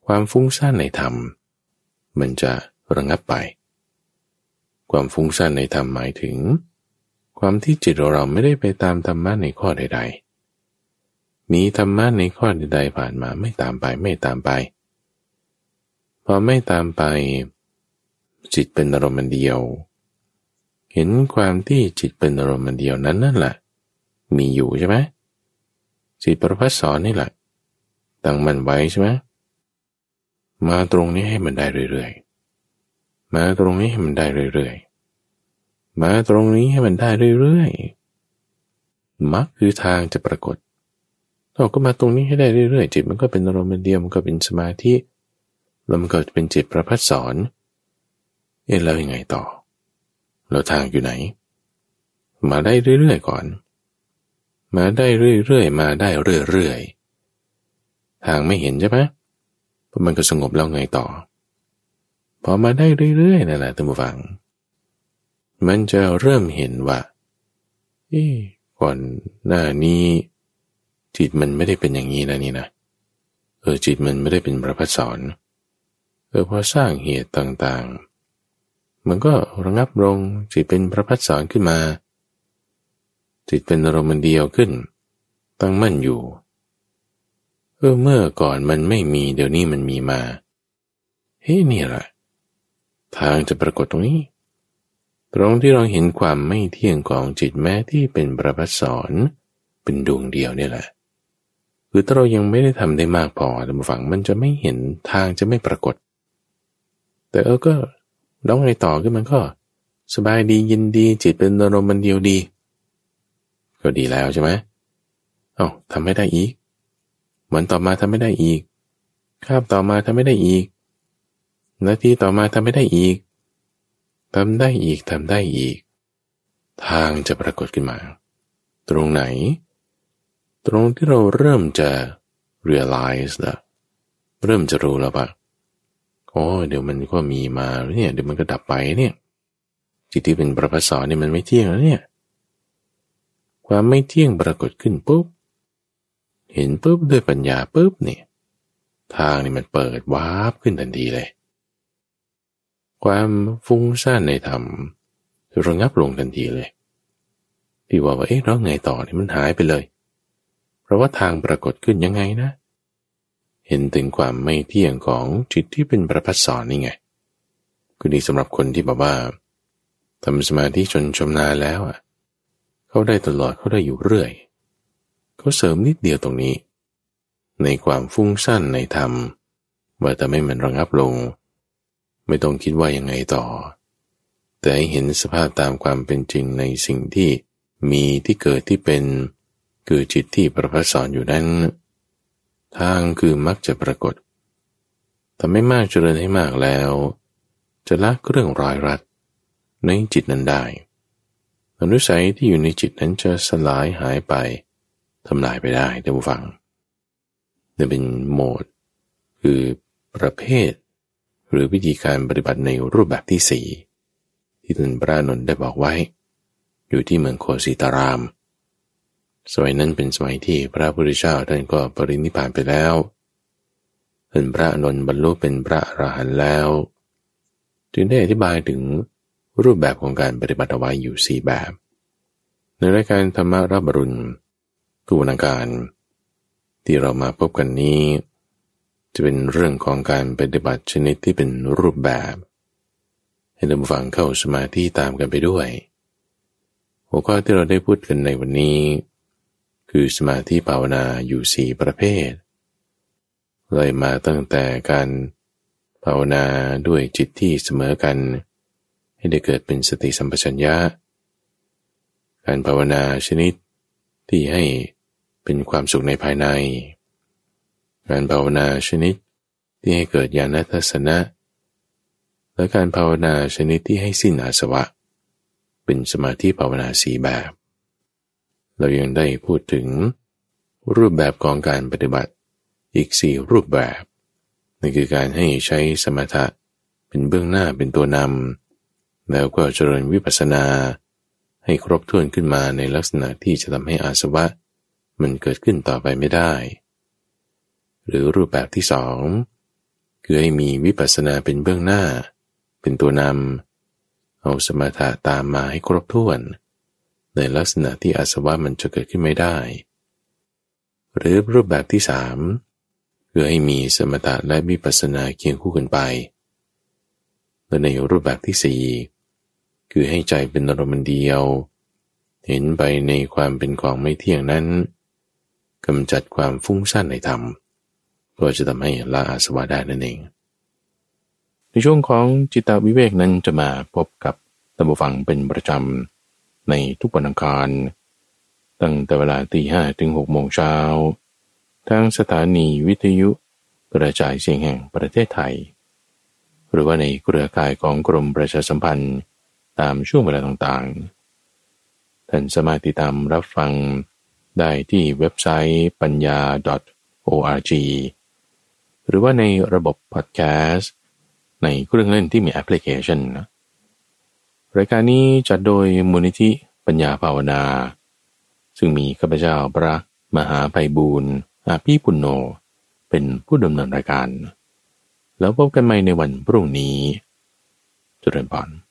ความฟุ้งซ่านในธรรมมันจะระงับไปความฟุ้งซ่านในธรรมหมายถึงความที่จิตเราไม่ได้ไปตามธรรมะในข้อใดๆมีธรรมะในข้อใดๆผ่านมาไม่ตามไปไม่ตามไปพอไม่ตามไปจิตเป็นอารมณ์เดียวเห็นความที่จิตเป็นอารมณ์เดียวนั้นนั่นแหละมีอยู่ใช่ไหมจิตประภัสสรนี่แหละตั้งมันไว้ใช่ไหมมาตรงนี้ให้มันได้เรื่อยๆมาตรงนี้ให้มันได้เรื่อยๆมาตรงนี้ให้มันได้เรื่อยๆมรรคคือทางจะปรากฏเราก็มาตรงนี้ให้ได้เรื่อยๆจิตมันก็เป็นอารมณ์เดียวมันก็เป็นสมาธิแล้วมันก็เป็นจิตประภัสสรเอ๊ะแล้วยังไงต่อแล้วทางอยู่ไหนมาได้เรื่อยๆก่อนมาได้เรื่อยๆมาได้เรื่อยๆทางไม่เห็นใช่ไหมเพราะมันก็สงบแล้วไงต่อพอมาได้เรื่อยๆนั่นแหละท่านผู้ฟังมันจะเริ่มเห็นว่าเอ๊ะก่อนหน้านี้จิตมันไม่ได้เป็นอย่างนี้นะนี่นะเออจิตมันไม่ได้เป็นประภัสสรเออพอสร้างเหตุต่างๆมันก็ระงับลงจิตเป็นประภัสสรขึ้นมาจิตเป็นอารมณ์เดียวขึ้นตั้งมั่นอยู่เออเมื่อก่อนมันไม่มีเดี๋ยวนี้มันมีมาเฮ้ยนี่แหละทางจะปรากฏตรงนี้ตรงที่เราเห็นความไม่เที่ยงของจิตแม้ที่เป็นประภัสสรเป็นดวงเดียวนี่แหละคือถ้าเรายังไม่ได้ทำได้มากพอท่านผู้ฟังมันจะไม่เห็นทางจะไม่ปรากฏแต่เออก็น้องไงต่อขึ้นมันก็สบายดียินดีจิตเป็นอารมณ์เดียวดีก็ดีแล้วใช่ไหมเอ้าทำไม่ได้อีกวันต่อมาทำไม่ได้อีกคาบต่อมาทำไม่ได้อีกนาทีต่อมาทำไม่ได้อีกทำได้อีกทำได้อีกทางจะปรากฏขึ้นมาตรงไหนตรงที่เราเริ่มจะ realize ละเริ่มจะรู้แล้วปะโอ้เดี๋ยวมันก็มีมาเนี่ยเดี๋ยวมันก็ดับไปเนี่ยจิตที่เป็นประภัสสรเนี่ยมันไม่เที่ยงแล้วเนี่ยความไม่เที่ยงปรากฏขึ้นปุ๊บเห็นปุ๊บด้วยปัญญาปุ๊บเนี่ยทางนี่มันเปิดวาบขึ้นทันทีเลยความฟุ้งซ่านในธรรมระงับลงทันทีเลยที่ว่าว่าเอ๊ะแล้วไงต่อนี่มันหายไปเลยเพราะว่าทางปรากฏขึ้นยังไงนะเห็นถึงความไม่เที่ยงของจิตที่เป็นประภัสสรนี่ไงคือดีสำหรับคนที่แบบว่าทำสมาธิจนชำนาญแล้วอ่ะเขาได้ตลอดเขาได้อยู่เรื่อยเขาเสริมนิดเดียวตรงนี้ในความฟุ้งซ่านในธรรมว่าแต่ไม่มันระงับลงไม่ต้องคิดว่ายังไงต่อแต่ให้เห็นสภาพตามความเป็นจริงในสิ่งที่มีที่เกิดที่เป็นคือจิตที่ประภัสสรอยู่นั้นทางคือมักจะปรากฏแต่ไม่มากเจริญให้มากแล้วจะละเครื่องรอยรัดในจิตนั้นได้อนุสัยที่อยู่ในจิตนั้นจะสลายหายไปทำลายไปได้ท่านผู้ฟังนี่เป็นโหมดคือประเภทหรือวิธีการปฏิบัติในรูปแบบที่สี่ที่ท่านพระอานนท์ได้บอกไว้อยู่ที่เมืองโคสิตารามสมัยนั้นเป็นสมัยที่พระพุทธเจ้าท่านก็ปรินิพพานไปแล้วท่านพระอานนท์บรรลุเป็นพระอรหันต์แล้วจึงได้อธิบายถึงรูปแบบของการปฏิบัติเอาไว้อยู่สี่แบบในรายการธรรมรับอรุณทุกวันอังคารที่เรามาพบกันนี้จะเป็นเรื่องของการปฏิบัติชนิดที่เป็นรูปแบบให้ท่านผู้ฟังเข้าสมาธิตามกันไปด้วยหัวข้อที่เราได้พูดกันในวันนี้คือสมาธิภาวนาอยู่สี่ประเภทเลยมาตั้งแต่การภาวนาด้วยจิตที่เสมอกันให้ได้เกิดเป็นสติสัมปชัญญะการภาวนาชนิดที่ให้เป็นความสุขในภายในการภาวนาชนิดที่ให้เกิดญาณทัศนะและการภาวนาชนิดที่ให้สิ้นอาสวะเป็นสมาธิภาวนาสี่แบบเรายังได้พูดถึงรูปแบบของการปฏิบัติอีกสี่รูปแบบนั่นคือการให้ใช้สมถะเป็นเบื้องหน้าเป็นตัวนำแล้วก็เจริญวิปัสสนาให้ครบถ้วนขึ้นมาในลักษณะที่จะทำให้อาสวะมันเกิดขึ้นต่อไปไม่ได้หรือรูปแบบที่สองคือให้มีวิปัสสนาเป็นเบื้องหน้าเป็นตัวนำเอาสมถะตามมาให้ครบถ้วนในลักษณะที่อาสวะมันจะเกิดขึ้นไม่ได้หรือรูปแบบที่สามคือให้มีสมถะและวิปัสสนาเคียงคู่กันไปและในรูปแบบที่สี่คือให้ใจเป็นอารมณ์เดียวเห็นไปในความเป็นของไม่เที่ยงนั้นกำจัดความฟุ้งซ่านในธรรมก็จะทำให้ละอาสวะได้นั่นเองในช่วงของจิตวิเวกนั้นจะมาพบกับท่านผู้ฟังเป็นประจำในทุกวันอังคารตั้งแต่เวลาตีห้าถึงหกโมงเช้าทางสถานีวิทยุกระจายเสียงแห่งประเทศไทยหรือว่าในเครือข่ายของกรมประชาสัมพันธ์ตามช่วงเวลาต่างๆท่านสามารถติดตามรับฟังได้ที่เว็บไซต์ปัญญา .org หรือว่าในระบบพอดแคสต์ในเครื่องเล่นที่มีแอปพลิเคชันรายการนี้จัดโดยมูลนิธิปัญญาภาวนาซึ่งมีข้าพเจ้าพระมหาไพบูลย์อาภีปุณโญเป็นผู้ดำเนินรายการแล้วพบกันใหม่ในวันพรุ่งนี้เจริญพร